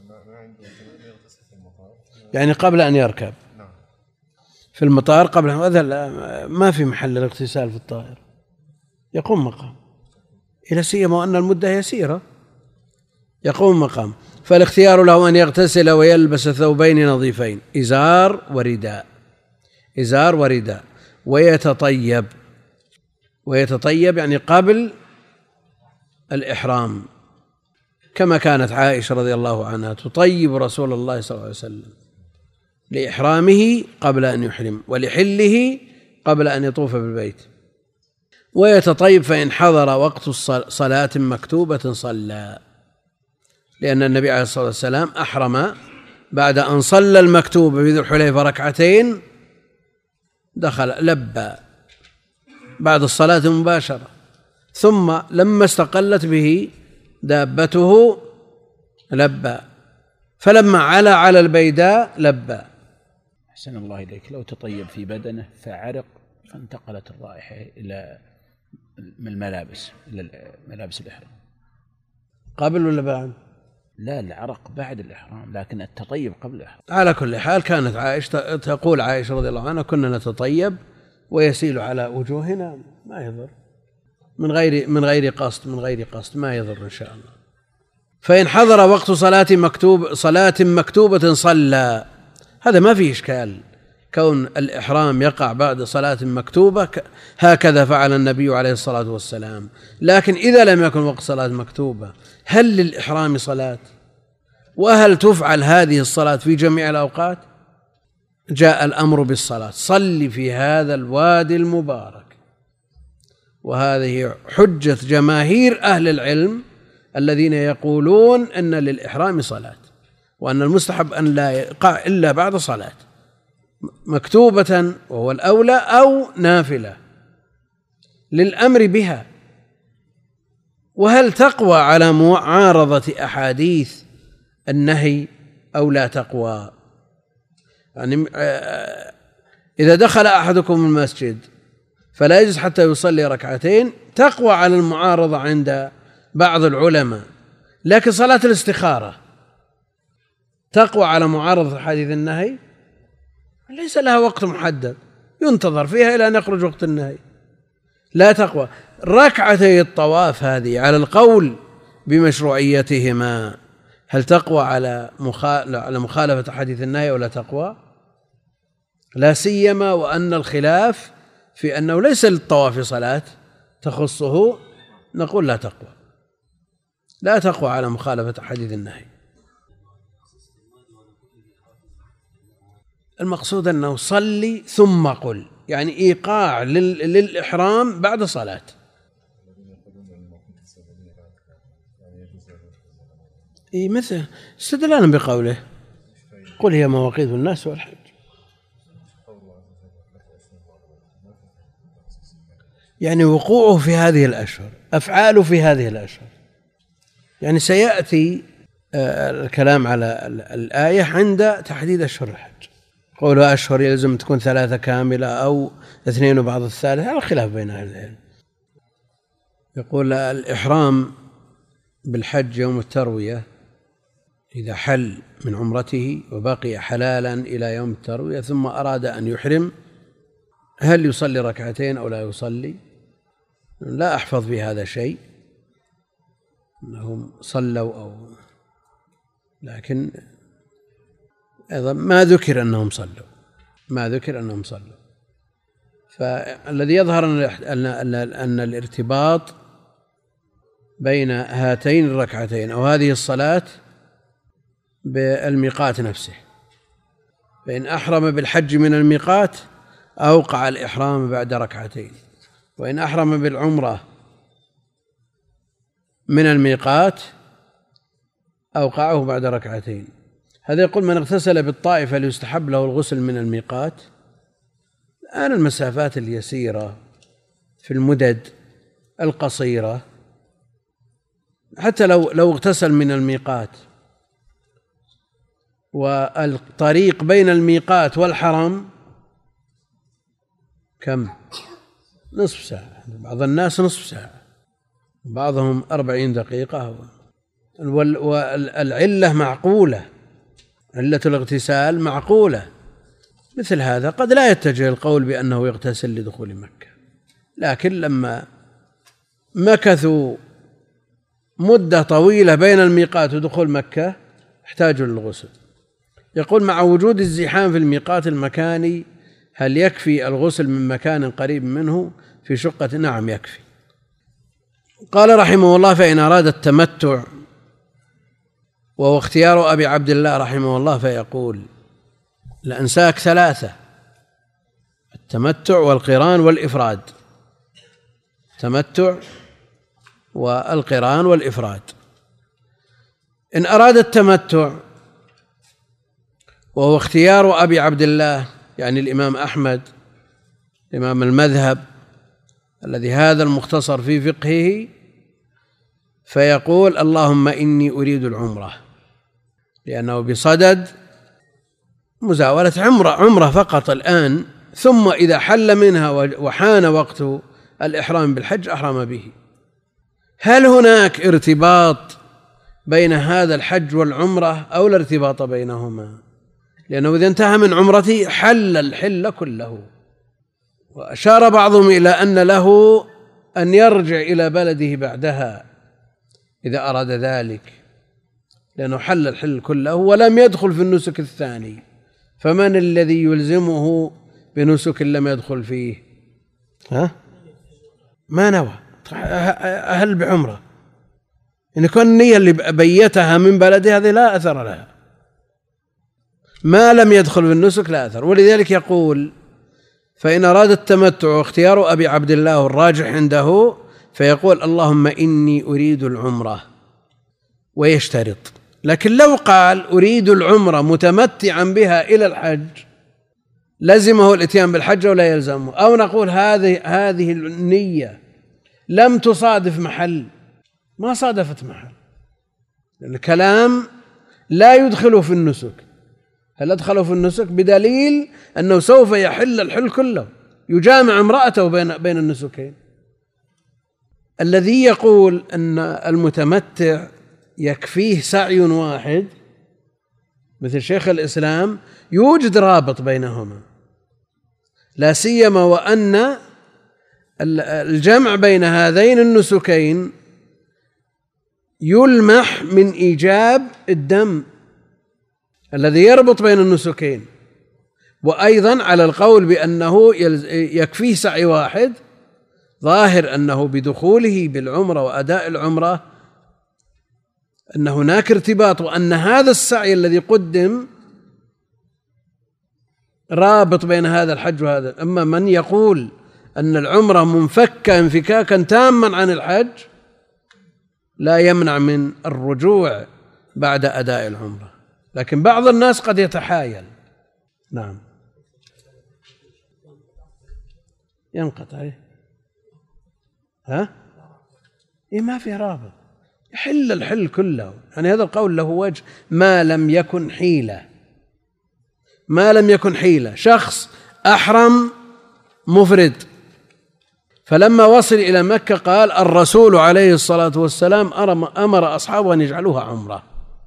يعني قبل أن يركب في المطار، قبل هذا ما في محل الاغتسال في الطائر، يقوم مقام، إلى سيما أن المدة يسيرة، يقوم مقام. فالاختيار له أن يغتسل ويلبس ثوبين نظيفين، إزار ورداء، إزار ورداء، ويتطيب. ويتطيب يعني قبل الإحرام، كما كانت عائشة رضي الله عنها تطيب رسول الله صلى الله عليه وسلم لإحرامه قبل أن يحرم، ولحله قبل أن يطوف بالبيت. ويتطيب فإن حضر وقت صلاة مكتوبة صلى، لأن النبي عليه الصلاة والسلام أحرم بعد أن صلى المكتوبة في ذي الحليفة ركعتين، دخل لبى بعد الصلاة مباشرة، ثم لما استقلت به دابته لبى، فلما علا على البيداء لبى. أحسن الله إليك. لو تطيب في بدنه فعرق فانتقلت الرائحة إلى من الملابس إلى ملابس الإحرام، قبل ولا بعد؟ لا، العرق بعد الإحرام، لكن التطيب قبل الإحرام. على كل حال كانت عائشة تقول، عائشة رضي الله عنها، كنا نتطيب ويسيل على وجوهنا، ما يضر، من غير من غير قصد من غير قصد ما يضر إن شاء الله. فإن حضر وقت صلاة مكتوب صلاة مكتوبة صلى، هذا ما فيه إشكال، كون الإحرام يقع بعد صلاة مكتوبة هكذا فعل النبي عليه الصلاة والسلام. لكن إذا لم يكن وقت صلاة مكتوبة، هل للإحرام صلاة؟ وهل تفعل هذه الصلاة في جميع الأوقات؟ جاء الأمر بالصلاة، صل في هذا الوادي المبارك. وهذه حجة جماهير أهل العلم الذين يقولون أن للإحرام صلاة، وأن المستحب أن لا يقع إلا بعد صلاة، مكتوبة وهو الأولى أو نافلة للأمر بها. وهل تقوى على معارضة أحاديث النهي أو لا تقوى؟ يعني إذا دخل أحدكم المسجد فلا يجلس حتى يصلي ركعتين تقوى على المعارضة عند بعض العلماء، لكن صلاة الاستخارة تقوى على معارضة حديث النهي؟ ليس لها وقت محدد ينتظر فيها إلى أن يخرج وقت النهي، لا تقوى. ركعتي الطواف هذه على القول بمشروعيتهما هل تقوى على مخالفة حديث النهي ولا تقوى؟ لا سيما وأن الخلاف في أنه ليس للطواف صلاة تخصه، نقول لا تقوى، لا تقوى على مخالفة حديث النهي. المقصود أنه صلي ثم قل، يعني إيقاع للإحرام بعد صلاة. إيه مثل استدلالا بقوله قل هي مواقيت الناس والحج، يعني وقوعه في هذه الأشهر، أفعاله في هذه الأشهر. يعني سيأتي الكلام على الآية عند تحديد أشهر الحج. قوله أشهر يلزم تكون ثلاثة كاملة أو اثنين وبعض الثالث، على خلاف بين أهل العلم. يقول الإحرام بالحج يوم التروية إذا حل من عمرته وبقي حلالا إلى يوم التروية ثم أراد أن يحرم، هل يصلي ركعتين أو لا يصلي؟ لا أحفظ في هذا شيء أنهم صلوا أو، لكن أيضا ما ذكر أنهم صلوا، ما ذكر أنهم صلوا. فالذي يظهر أن أن الارتباط بين هاتين الركعتين أو هذه الصلاة بالميقات نفسه، فإن أحرم بالحج من الميقات أوقع الإحرام بعد ركعتين، وإن أحرم بالعمرة من الميقات أوقعه بعد ركعتين. هذا يقول من اغتسل بالطائف ليستحب له الغسل من الميقات. الآن المسافات اليسيرة في المدد القصيرة حتى لو لو اغتسل من الميقات والطريق بين الميقات والحرم كم؟ نصف ساعة، بعض الناس نصف ساعة، بعضهم أربعين دقيقة. والعلة معقولة، علة الاغتسال معقولة. مثل هذا قد لا يتجه القول بأنه يغتسل لدخول مكة، لكن لما مكثوا مدة طويلة بين الميقات ودخول مكة احتاجوا للغسل. يقول مع وجود الزحام في الميقات المكاني هل يكفي الغسل من مكان قريب منه في شقة؟ نعم يكفي. قال رحمه الله فإن أراد التمتع وهو اختيار أبي عبد الله رحمه الله فيقول الأنساك ثلاثة: التمتع والقران والإفراد. التمتع والقران والإفراد. إن أراد التمتع وهو اختيار أبي عبد الله يعني الإمام أحمد إمام المذهب الذي هذا المختصر في فقهه، فيقول اللهم إني أريد العمرة، لأنه بصدد مزاولة عمرة عمرة فقط الآن، ثم إذا حل منها وحان وقت الإحرام بالحج أحرم به. هل هناك ارتباط بين هذا الحج والعمرة أو لا ارتباط بينهما؟ لأنه إذا انتهى من عمرته حل الحل كله. وأشار بعضهم إلى أن له أن يرجع إلى بلده بعدها إذا أراد ذلك، لأنه حل الحل كله ولم يدخل في النسك الثاني. فمن الذي يلزمه بنسك لم يدخل فيه؟ ها؟ ما نوى أهل بعمرة، إن كان النية اللي بيتها من بلده هذه لا أثر لها، ما لم يدخل في النسك لا أثر. ولذلك يقول فإن أراد التمتع واختيار أبي عبد الله الراجح عنده فيقول اللهم إني أريد العمرة ويشترط. لكن لو قال أريد العمرة متمتعا بها إلى الحج لزمه الاتيان بالحج ولا يلزمه؟ أو نقول هذه هذه النية لم تصادف محل، ما صادفت محل، لأن الكلام لا يدخله في النسك. هل أدخله في النسك بدليل أنه سوف يحل الحل كله، يجامع امرأته بين بين النسكين. الذي يقول أن المتمتع يكفيه سعي واحد مثل شيخ الإسلام يوجد رابط بينهما، لا سيما وأن الجمع بين هذين النسكين يلمح من إيجاب الدم الذي يربط بين النسكين. وأيضا على القول بأنه يكفيه سعي واحد، ظاهر أنه بدخوله بالعمرة وأداء العمرة أن هناك ارتباط، وأن هذا السعي الذي قدم رابط بين هذا الحج وهذا. أما من يقول أن العمرة منفكة انفكاكا تاما عن الحج لا يمنع من الرجوع بعد أداء العمرة، لكن بعض الناس قد يتحايل. نعم ينقطع. ها إيه ما في رابط، يحل الحل كله. يعني هذا القول له وجه ما لم يكن حيلة، ما لم يكن حيلة. شخص أحرم مفرد، فلما وصل إلى مكة قال الرسول عليه الصلاة والسلام أمر أصحابه أن يجعلوها عمرة،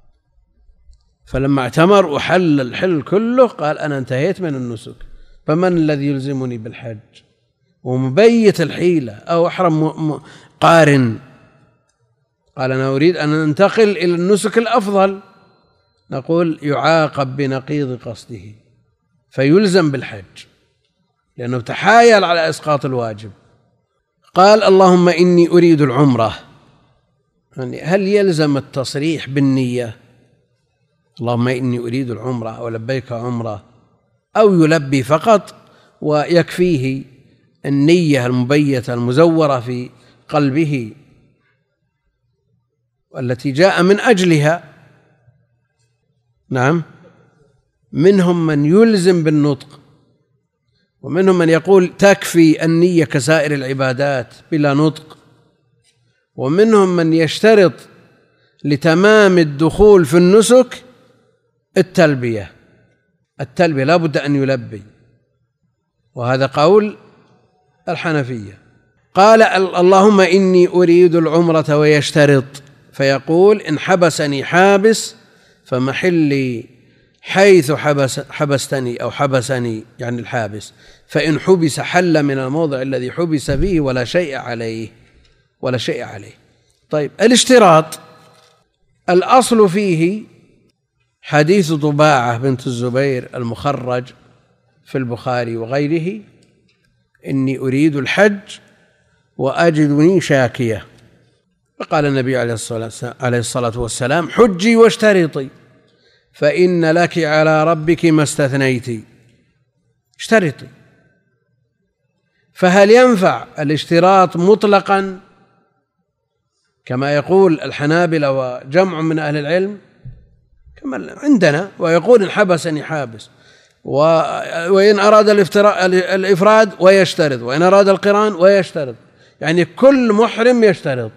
فلما اعتمر وحل الحل كله قال أنا انتهيت من النسك، فمن الذي يلزمني بالحج؟ ومبيت الحيلة أو أحرم قارن، قال أنا أريد أن ننتقل إلى النسك الأفضل، نقول يعاقب بنقيض قصده فيلزم بالحج لأنه تحايل على إسقاط الواجب. قال اللهم إني أريد العمرة، يعني هل يلزم التصريح بالنية اللهم إني أريد العمرة أو لبيك عمرة، أو يلبي فقط ويكفيه النية المبيتة المزورة في قلبه والتي جاء من أجلها؟ نعم، منهم من يلزم بالنطق، ومنهم من يقول تكفي النية كسائر العبادات بلا نطق، ومنهم من يشترط لتمام الدخول في النسك التلبية، التلبية لا بد أن يلبي، وهذا قول الحنفية. قال اللهم إني أريد العمرة ويشترط، فيقول إن حبسني حابس فمحلي حيث حبس حبستني أو حبسني يعني الحابس، فإن حبس حل من الموضع الذي حبس فيه ولا شيء عليه ولا شيء عليه. طيب الاشتراط الأصل فيه حديث طباعة بنت الزبير المخرج في البخاري وغيره إني أريد الحج وأجدني شاكية، فقال النبي عليه الصلاة والسلام حجي واشترطي فإن لك على ربك ما استثنيت، اشترطي. فهل ينفع الاشتراط مطلقا كما يقول الحنابلة وجمع من أهل العلم كما عندنا، ويقول إن حبسني حابس، وإن أراد الإفراد ويشترط، وإن أراد القران ويشترط، يعني كل محرم يشترط.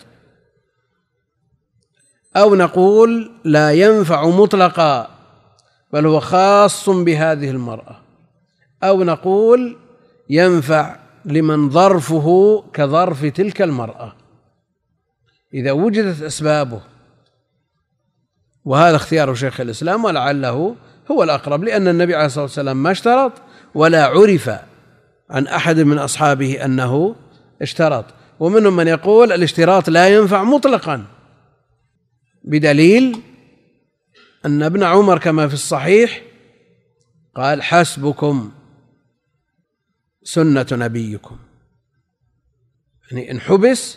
أو نقول لا ينفع مطلقا بل هو خاص بهذه المرأة، أو نقول ينفع لمن ظرفه كظرف تلك المرأة إذا وجدت أسبابه، وهذا اختيار شيخ الإسلام ولعله هو الأقرب، لأن النبي عليه الصلاة والسلام ما اشترط ولا عرف عن أحد من أصحابه أنه اشترط. ومنهم من يقول الاشتراط لا ينفع مطلقا بدليل أن ابن عمر كما في الصحيح قال حسبكم سنة نبيكم، يعني إن حبس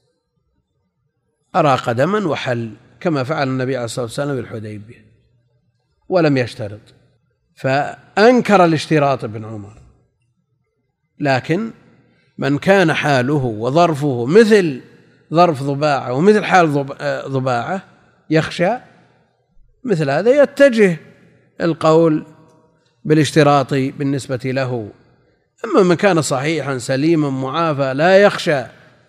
أراق دما وحل كما فعل النبي عليه الصلاة والسلام بالحديبية ولم يشترط، فأنكر الاشتراط ابن عمر. لكن من كان حاله وظرفه مثل ظرف ضباعة ومثل حال ضباعة يخشى مثل هذا يتجه القول بالاشتراط بالنسبة له. أما من كان صحيحا سليما معافى لا يخشى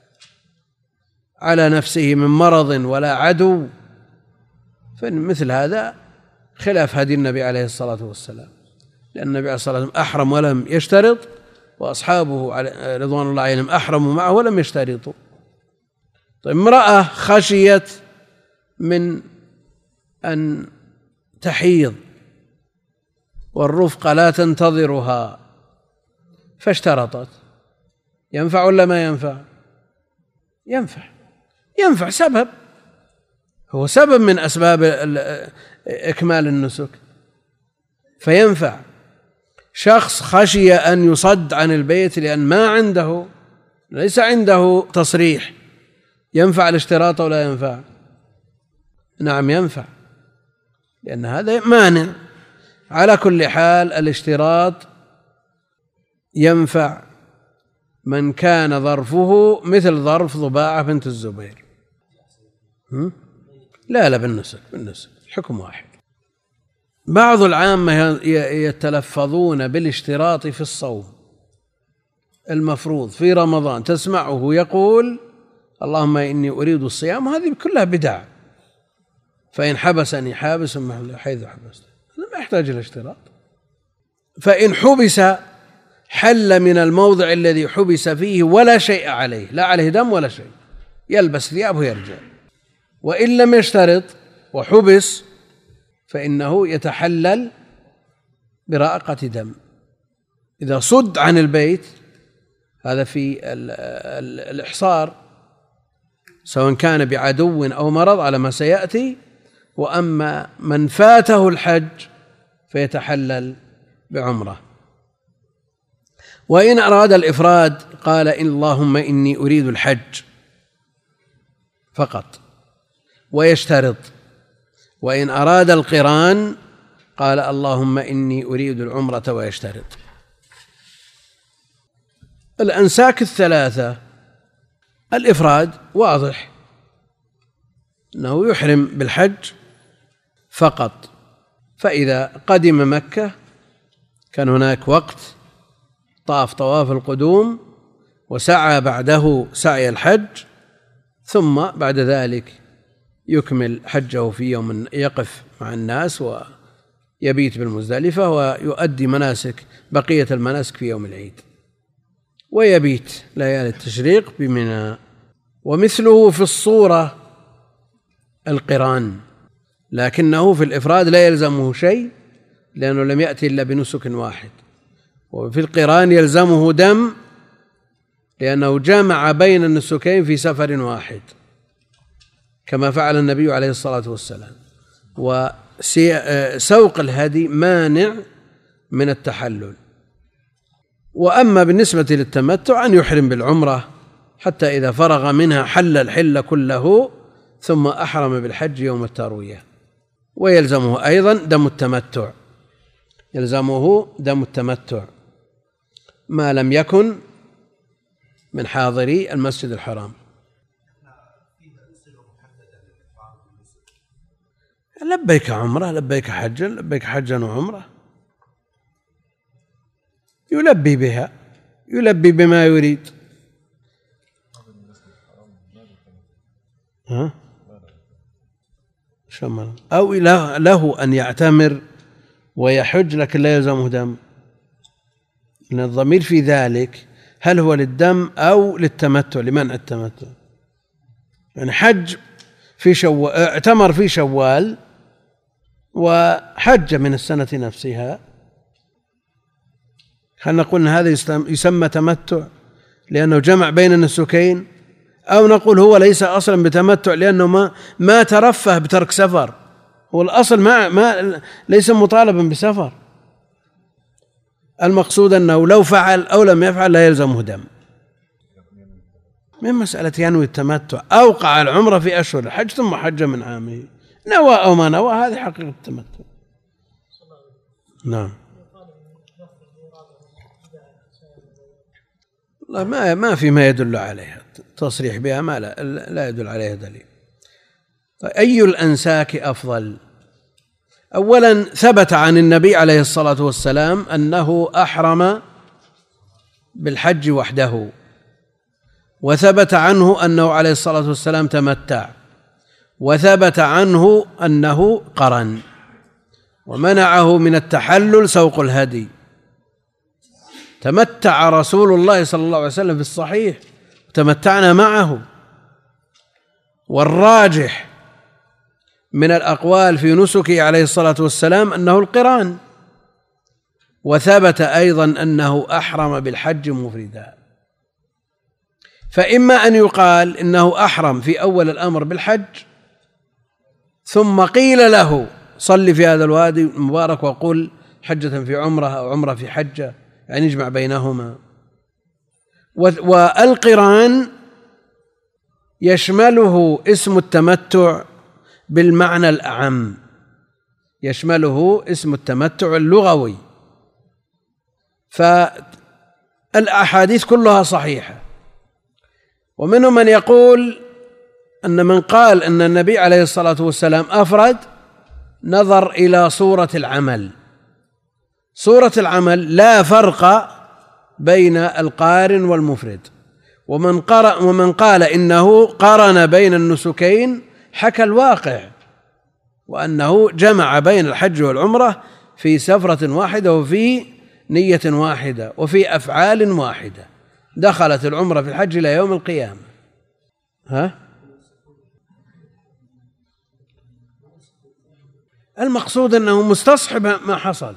على نفسه من مرض ولا عدو، فمثل هذا خلاف هدي النبي عليه الصلاة والسلام، لأن النبي عليه الصلاة والسلام أحرم ولم يشترط، وأصحابه رضوان الله عليهم أحرموا معه ولم يشترطوا. طيب امرأة خشيت من أن تحيض والرفقة لا تنتظرها فاشترطت، ينفع ولا ما ينفع؟ ينفع، ينفع، سبب، هو سبب من أسباب إكمال النسك فينفع. شخص خشي أن يصد عن البيت لأن ما عنده، ليس عنده تصريح، ينفع الاشتراط ولا ينفع؟ نعم ينفع، لأن هذا مانع. على كل حال الاشتراط ينفع من كان ظرفه مثل ظرف ضباعة بنت الزبير. لا لا بالنسك، بالنسك الحكم واحد. بعض العامة يتلفظون بالاشتراط في الصوم المفروض في رمضان، تسمعه يقول اللهم إني أريد الصيام، هذه كلها بدع. فإن حبسني حابس حيث حبست، ما يحتاج إلى اشتراط. فإن حبس حل من الموضع الذي حبس فيه ولا شيء عليه، لا عليه دم ولا شيء، يلبس ثيابه يرجع. وإن لم يشترط وحبس فإنه يتحلل براءقة دم. إذا صد عن البيت هذا في الإحصار، سواء كان بعدو أو مرض على ما سيأتي. وأما من فاته الحج فيتحلل بعمرة. وإن أراد الإفراد قال إن اللهم إني أريد الحج فقط ويشترط. وإن أراد القران قال اللهم إني أريد العمرة ويشترط. الأنساك الثلاثة الإفراد واضح أنه يحرم بالحج فقط، فإذا قدم مكة كان هناك وقت طاف طواف القدوم وسعى بعده سعي الحج، ثم بعد ذلك يكمل حجه في يوم يقف مع الناس ويبيت بالمزدلفة ويؤدي مناسك بقية المناسك في يوم العيد، ويبيت ليالي التشريق بمنى. ومثله في الصورة القران، لكنه في الإفراد لا يلزمه شيء لأنه لم يأتي إلا بنسك واحد. وفي القران يلزمه دم لأنه جمع بين النسكين في سفر واحد كما فعل النبي عليه الصلاة والسلام. وسوق الهدي مانع من التحلل. وأما بالنسبة للتمتع أن يحرم بالعمرة حتى إذا فرغ منها حل الحل كله ثم أحرم بالحج يوم التروية. ويلزمه أيضا دم التمتع، يلزمه دم التمتع ما لم يكن من حاضري المسجد الحرام. لبيك عمرة، لبيك حجا، لبيك حجا وعمرة، يلبي بها، يلبي بما يريد. ها؟ شمل أو له أن يعتمر ويحج لكن لا يلزمه دم، لأن الضمير في ذلك هل هو للدم أو للتمتع، لمنع التمتع. يعني حج في شوال، اعتمر في شوال وحج من السنة نفسها، خلينا نقول أن هذا يسمى تمتع لأنه جمع بين النسكين، أو نقول هو ليس أصلا بتمتع لأنه ما ما ترفه بترك سفر، هو الأصل ما ما ليس مطالبا بسفر. المقصود أنه لو فعل أو لم يفعل لا يلزمه دم. من مسألة ينوي التمتع، أوقع العمرة في أشهر الحج ثم حج من عامه، نوى أو ما نوى، هذه حقيقة التمتع. نعم. والله ما ما في ما يدل عليها، تصريح بها ما لا, لا يدل عليها دليل. طيب أي الأنساك أفضل؟ أولا ثبت عن النبي عليه الصلاة والسلام أنه أحرم بالحج وحده، وثبت عنه أنه عليه الصلاة والسلام تمتع، وثبت عنه أنه قرن، ومنعه من التحلل سوق الهدي. تمتع رسول الله صلى الله عليه وسلم في الصحيح، تمتعنا معه. والراجح من الأقوال في نسكه عليه الصلاة والسلام أنه القران، وثبت أيضا أنه أحرم بالحج مفردا. فإما أن يقال إنه أحرم في أول الأمر بالحج، ثم قيل له صل في هذا الوادي المبارك وقل حجة في عمرة أو عمرة في حجة، يعني يجمع بينهما. والقران يشمله اسم التمتع بالمعنى الأعم، يشمله اسم التمتع اللغوي. فالأحاديث كلها صحيحة. ومنهم من يقول أن من قال أن النبي عليه الصلاة والسلام أفرد نظر إلى صورة العمل. صورة العمل لا فرق بين القارن والمفرد. ومن قرأ ومن قال إنه قارن بين النسكين حكى الواقع، وأنه جمع بين الحج والعمرة في سفرة واحدة وفي نية واحدة وفي أفعال واحدة، دخلت العمرة في الحج إلى يوم القيامة. ها؟ المقصود أنه مستصحب ما حصل،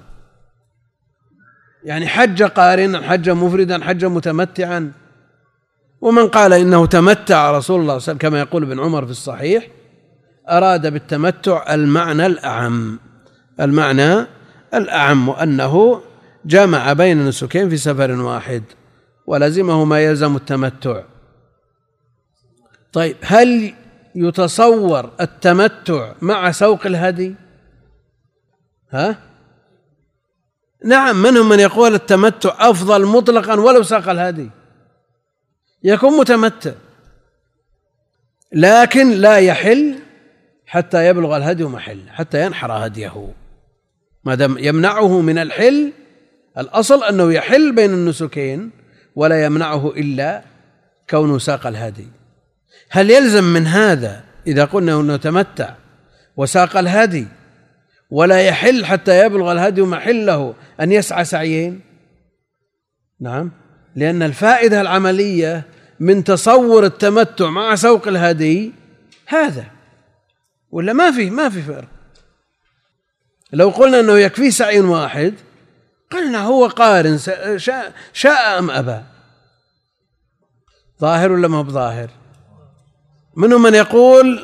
يعني حج قارنا، حج مفردا، حج متمتعا. ومن قال إنه تمتع رسول الله صلى الله عليه وسلم كما يقول ابن عمر في الصحيح، أراد بالتمتع المعنى الأعم، المعنى الأعم أنه جمع بين النسكين في سفر واحد ولزمه ما يلزم التمتع. طيب، هل يتصور التمتع مع سوق الهدي؟ ها؟ نعم، منهم من يقول التمتع أفضل مطلقا ولو ساق الهدي، يكون متمتع لكن لا يحل حتى يبلغ الهدي محل، حتى ينحر هديه. ما دام يمنعه من الحل، الأصل أنه يحل بين النسكين ولا يمنعه إلا كونه ساق الهدي. هل يلزم من هذا إذا قلنا أنه تمتع وساق الهدي ولا يحل حتى يبلغ الهدي محله أن يسعى سعيين؟ نعم، لأن الفائدة العملية من تصور التمتع مع سوق الهدي هذا، ولا ما في ما في فرق. لو قلنا أنه يكفي سعي واحد قلنا هو قارن شاء, شاء أم أبى. ظاهر ولا ما هو بظاهر؟ منهم من يقول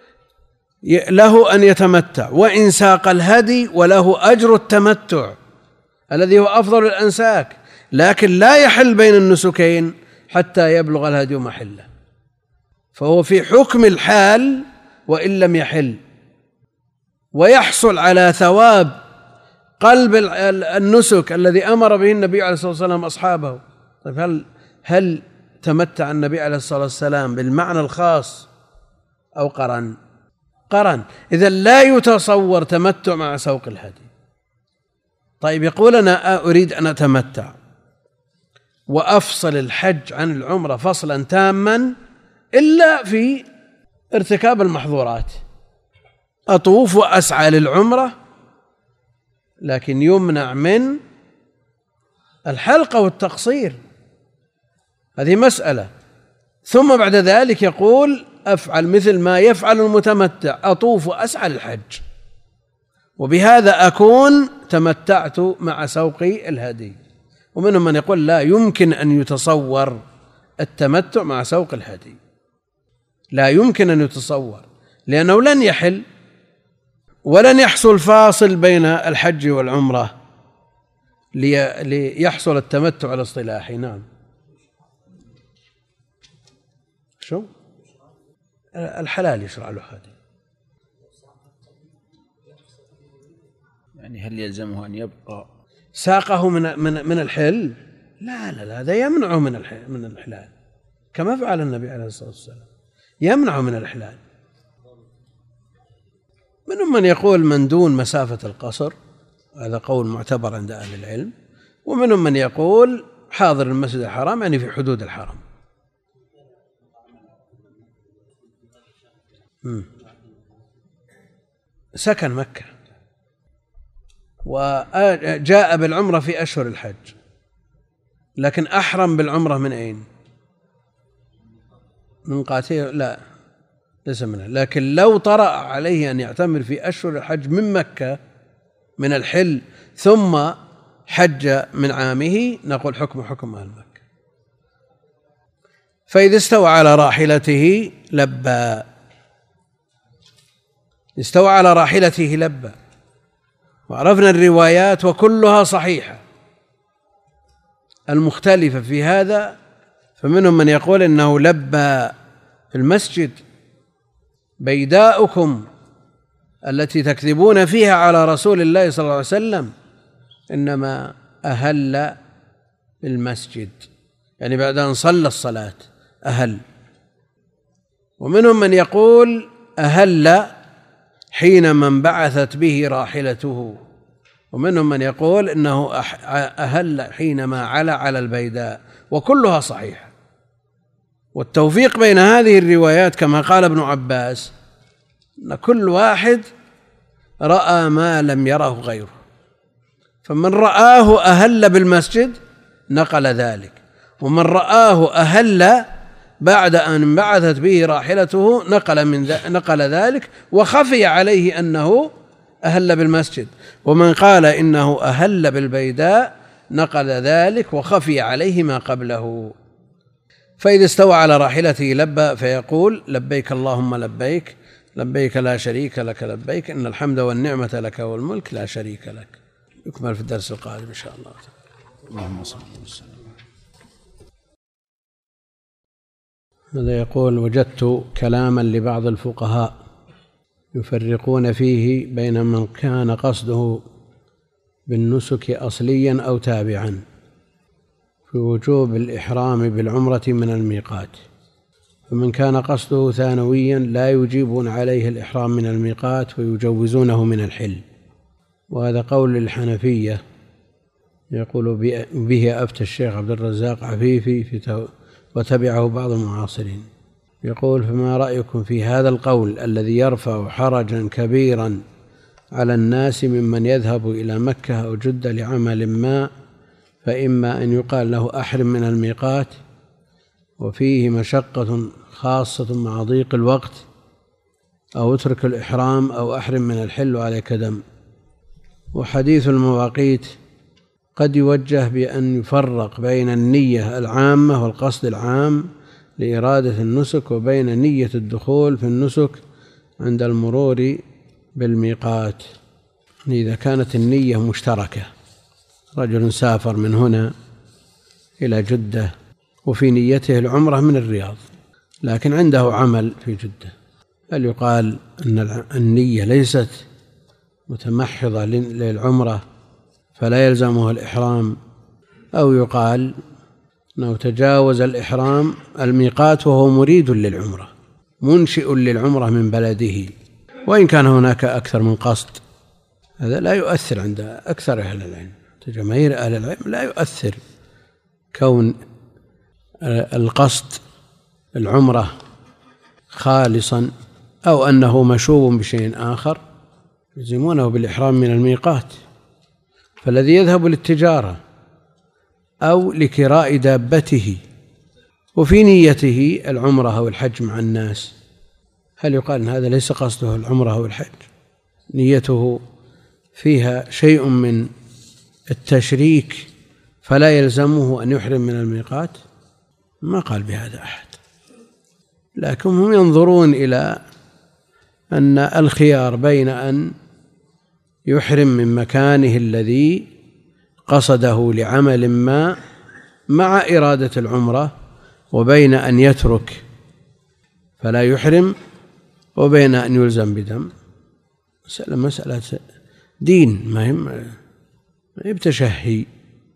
له أن يتمتع وإن ساق الهدي وله أجر التمتع الذي هو أفضل الأنساك، لكن لا يحل بين النسكين حتى يبلغ الهدي محله، فهو في حكم الحال وإن لم يحل، ويحصل على ثواب قلب النسك الذي أمر به النبي عليه الصلاة والسلام أصحابه. طيب، هل هل تمتع النبي عليه الصلاة والسلام بالمعنى الخاص أو قرن؟ قرن. إذا لا يتصور تمتع مع سوق الهدي. طيب، يقول أنا أريد أن أتمتع وأفصل الحج عن العمرة فصلا تاما إلا في ارتكاب المحظورات، أطوف وأسعى للعمرة لكن يمنع من الحلقة والتقصير، هذه مسألة. ثم بعد ذلك يقول أفعل مثل ما يفعل المتمتع، أطوف وأسعى للحج، وبهذا أكون تمتعت مع سوق الهدي. ومنهم من يقول لا يمكن أن يتصور التمتع مع سوق الهدي، لا يمكن أن يتصور، لأنه لن يحل ولن يحصل فاصل بين الحج والعمرة ليحصل التمتع الاصطلاحي. نعم. شو الحلال يشرع له هذا؟ يعني هل يلزمه أن يبقى ساقه من من من الحل؟ لا لا لا، هذا يمنعه من من الحلال كما فعل النبي عليه الصلاة والسلام، يمنعه من الحلال. منهم من يقول من دون مسافة القصر، هذا قول معتبر عند أهل العلم، ومنهم من يقول حاضر المسجد الحرام يعني في حدود الحرم. سكن مكة وجاء بالعمرة في أشهر الحج، لكن أحرم بالعمرة من أين؟ من قاتيه؟ لا ليس منها. لكن لو طرأ عليه أن يعتمر في أشهر الحج من مكة من الحل ثم حج من عامه نقول حكم حكم أهل مكة. فإذا استوى على راحلته لبى، استوى على راحلته لبى. وعرفنا الروايات وكلها صحيحة المختلفة في هذا، فمنهم من يقول إنه لبى في المسجد بيداؤكم التي تكذبون فيها على رسول الله صلى الله عليه وسلم، إنما أهل بالمسجد يعني بعد أن صلى الصلاة أهل. ومنهم من يقول أهل حينما انبعثت به راحلته، ومنهم من يقول إنه أهل حينما علا على البيداء، وكلها صحيحة. والتوفيق بين هذه الروايات كما قال ابن عباس أن كل واحد رأى ما لم يره غيره، فمن رآه أهل بالمسجد نقل ذلك، ومن رآه أهل بعد أن انبعثت به راحلته نقل من نقل ذلك، وخفي عليه أنه أهل بالمسجد. ومن قال إنه أهل بالبيداء نقل ذلك وخفي عليه ما قبله. فإذا استوى على راحلته لبى فيقول لبيك اللهم لبيك، لبيك لا شريك لك لبيك، إن الحمد والنعمة لك والملك لا شريك لك. يكمل في الدرس القادم إن شاء الله. اللهم صل وسلم. هذا يقول وجدت كلاما لبعض الفقهاء يفرقون فيه بين من كان قصده بالنسك أصليا أو تابعا في وجوب الإحرام بالعمرة من الميقات، فمن كان قصده ثانويا لا يجيبون عليه الإحرام من الميقات ويجوزونه من الحل، وهذا قول الحنفية يقول به أفتى الشيخ عبد الرزاق عفيفي في وتبعه بعض المعاصرين. يقول فما رأيكم في هذا القول الذي يرفع حرجا كبيرا على الناس ممن يذهب إلى مكة أو جدة لعمل ما، فإما أن يقال له أحرم من الميقات وفيه مشقة خاصة مع ضيق الوقت، أو اترك الإحرام، أو أحرم من الحل وعليك دم. وحديث المواقيت قد يوجه بأن يفرق بين النية العامة والقصد العام لإرادة النسك وبين نية الدخول في النسك عند المرور بالميقات. إذا كانت النية مشتركة، رجل سافر من هنا إلى جدة وفي نيته العمرة من الرياض لكن عنده عمل في جدة، هل يقال أن النية ليست متمحضة للعمرة فلا يلزمه الإحرام، أو يقال أنه تجاوز الإحرام الميقات وهو مريد للعمرة منشئ للعمرة من بلده، وإن كان هناك أكثر من قصد هذا لا يؤثر عند أكثر أهل العلم، جماهير أهل العلم لا يؤثر كون القصد العمرة خالصا أو أنه مشوب بشيء آخر، يلزمونه بالإحرام من الميقات. فالذي يذهب للتجارة أو لكراء دابته وفي نيته العمرة أو الحج مع الناس، هل يقال أن هذا ليس قصده العمرة أو الحج، نيته فيها شيء من التشريك فلا يلزمه أن يحرم من الميقات؟ ما قال بهذا أحد، لكن هم ينظرون إلى أن الخيار بين أن يحرم من مكانه الذي قصده لعمل ما مع إرادة العمرة، وبين أن يترك فلا يحرم، وبين أن يلزم بدم. مسألة مسألة دين، ما هي بتشهي.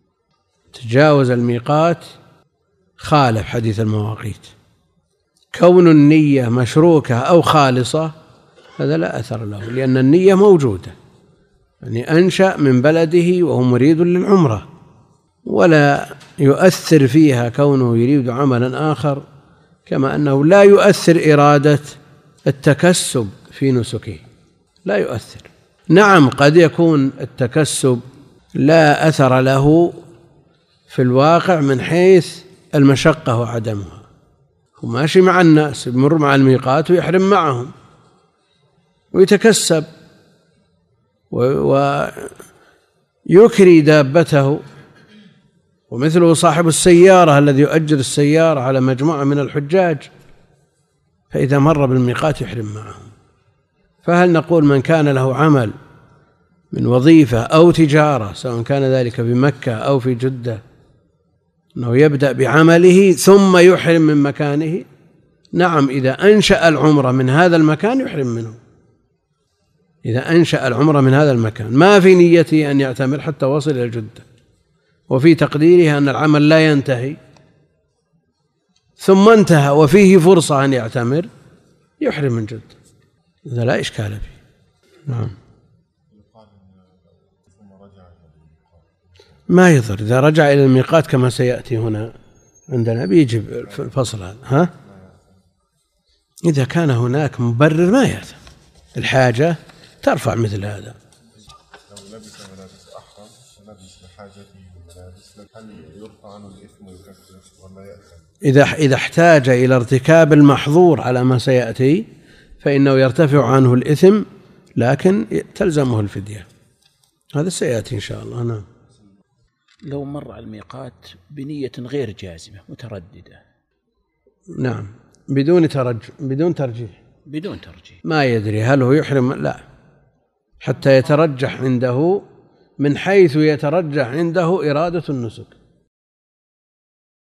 تجاوز الميقات خالف حديث المواقيت. كون النية مشروكة أو خالصة هذا لا أثر له، لأن النية موجودة، يعني أنشأ من بلده وهو مريد للعمرة، ولا يؤثر فيها كونه يريد عملا آخر، كما أنه لا يؤثر إرادة التكسب في نسكه، لا يؤثر. نعم قد يكون التكسب لا أثر له في الواقع من حيث المشقة وعدمها، هو ماشي مع الناس يمر مع الميقات ويحرم معهم ويتكسب ويكري دابته، ومثله صاحب السيارة الذي يؤجر السيارة على مجموعة من الحجاج، فإذا مر بالميقات يحرم معهم. فهل نقول من كان له عمل من وظيفة أو تجارة سواء كان ذلك بمكة أو في جدة أنه يبدأ بعمله ثم يحرم من مكانه؟ نعم، إذا أنشأ العمرة من هذا المكان يحرم منه، إذا أنشأ العمرة من هذا المكان ما في نيته أن يعتمر حتى وصل إلى جدة، وفي تقديره أن العمل لا ينتهي ثم انتهى وفيه فرصة أن يعتمر، يحرم من جدة، هذا لا إشكال فيه. نعم، ما يضر إذا رجع إلى الميقات كما سيأتي هنا عندنا بيجب الفصل هذا. ها؟ إذا كان هناك مبرر ما يأثم، الحاجة ترفع مثل هذا. لو لبس ملابس أحرم لبس لحاجته بالملابس، هل يرفع عنه الإثم ويكفر ولا يأثم؟ إذا إذا احتاج إلى ارتكاب المحظور على ما سيأتي فإنه يرتفع عنه الإثم، لكن تلزمه الفدية، هذا سيأتي إن شاء الله. نعم. لو مر على الميقات بنية غير جازمة مترددة، نعم، بدون ترجح بدون ترجيح بدون ترجيح ما يدري هل هو يحرم، لا، حتى يترجح عنده من حيث يترجح عنده إرادة النسك.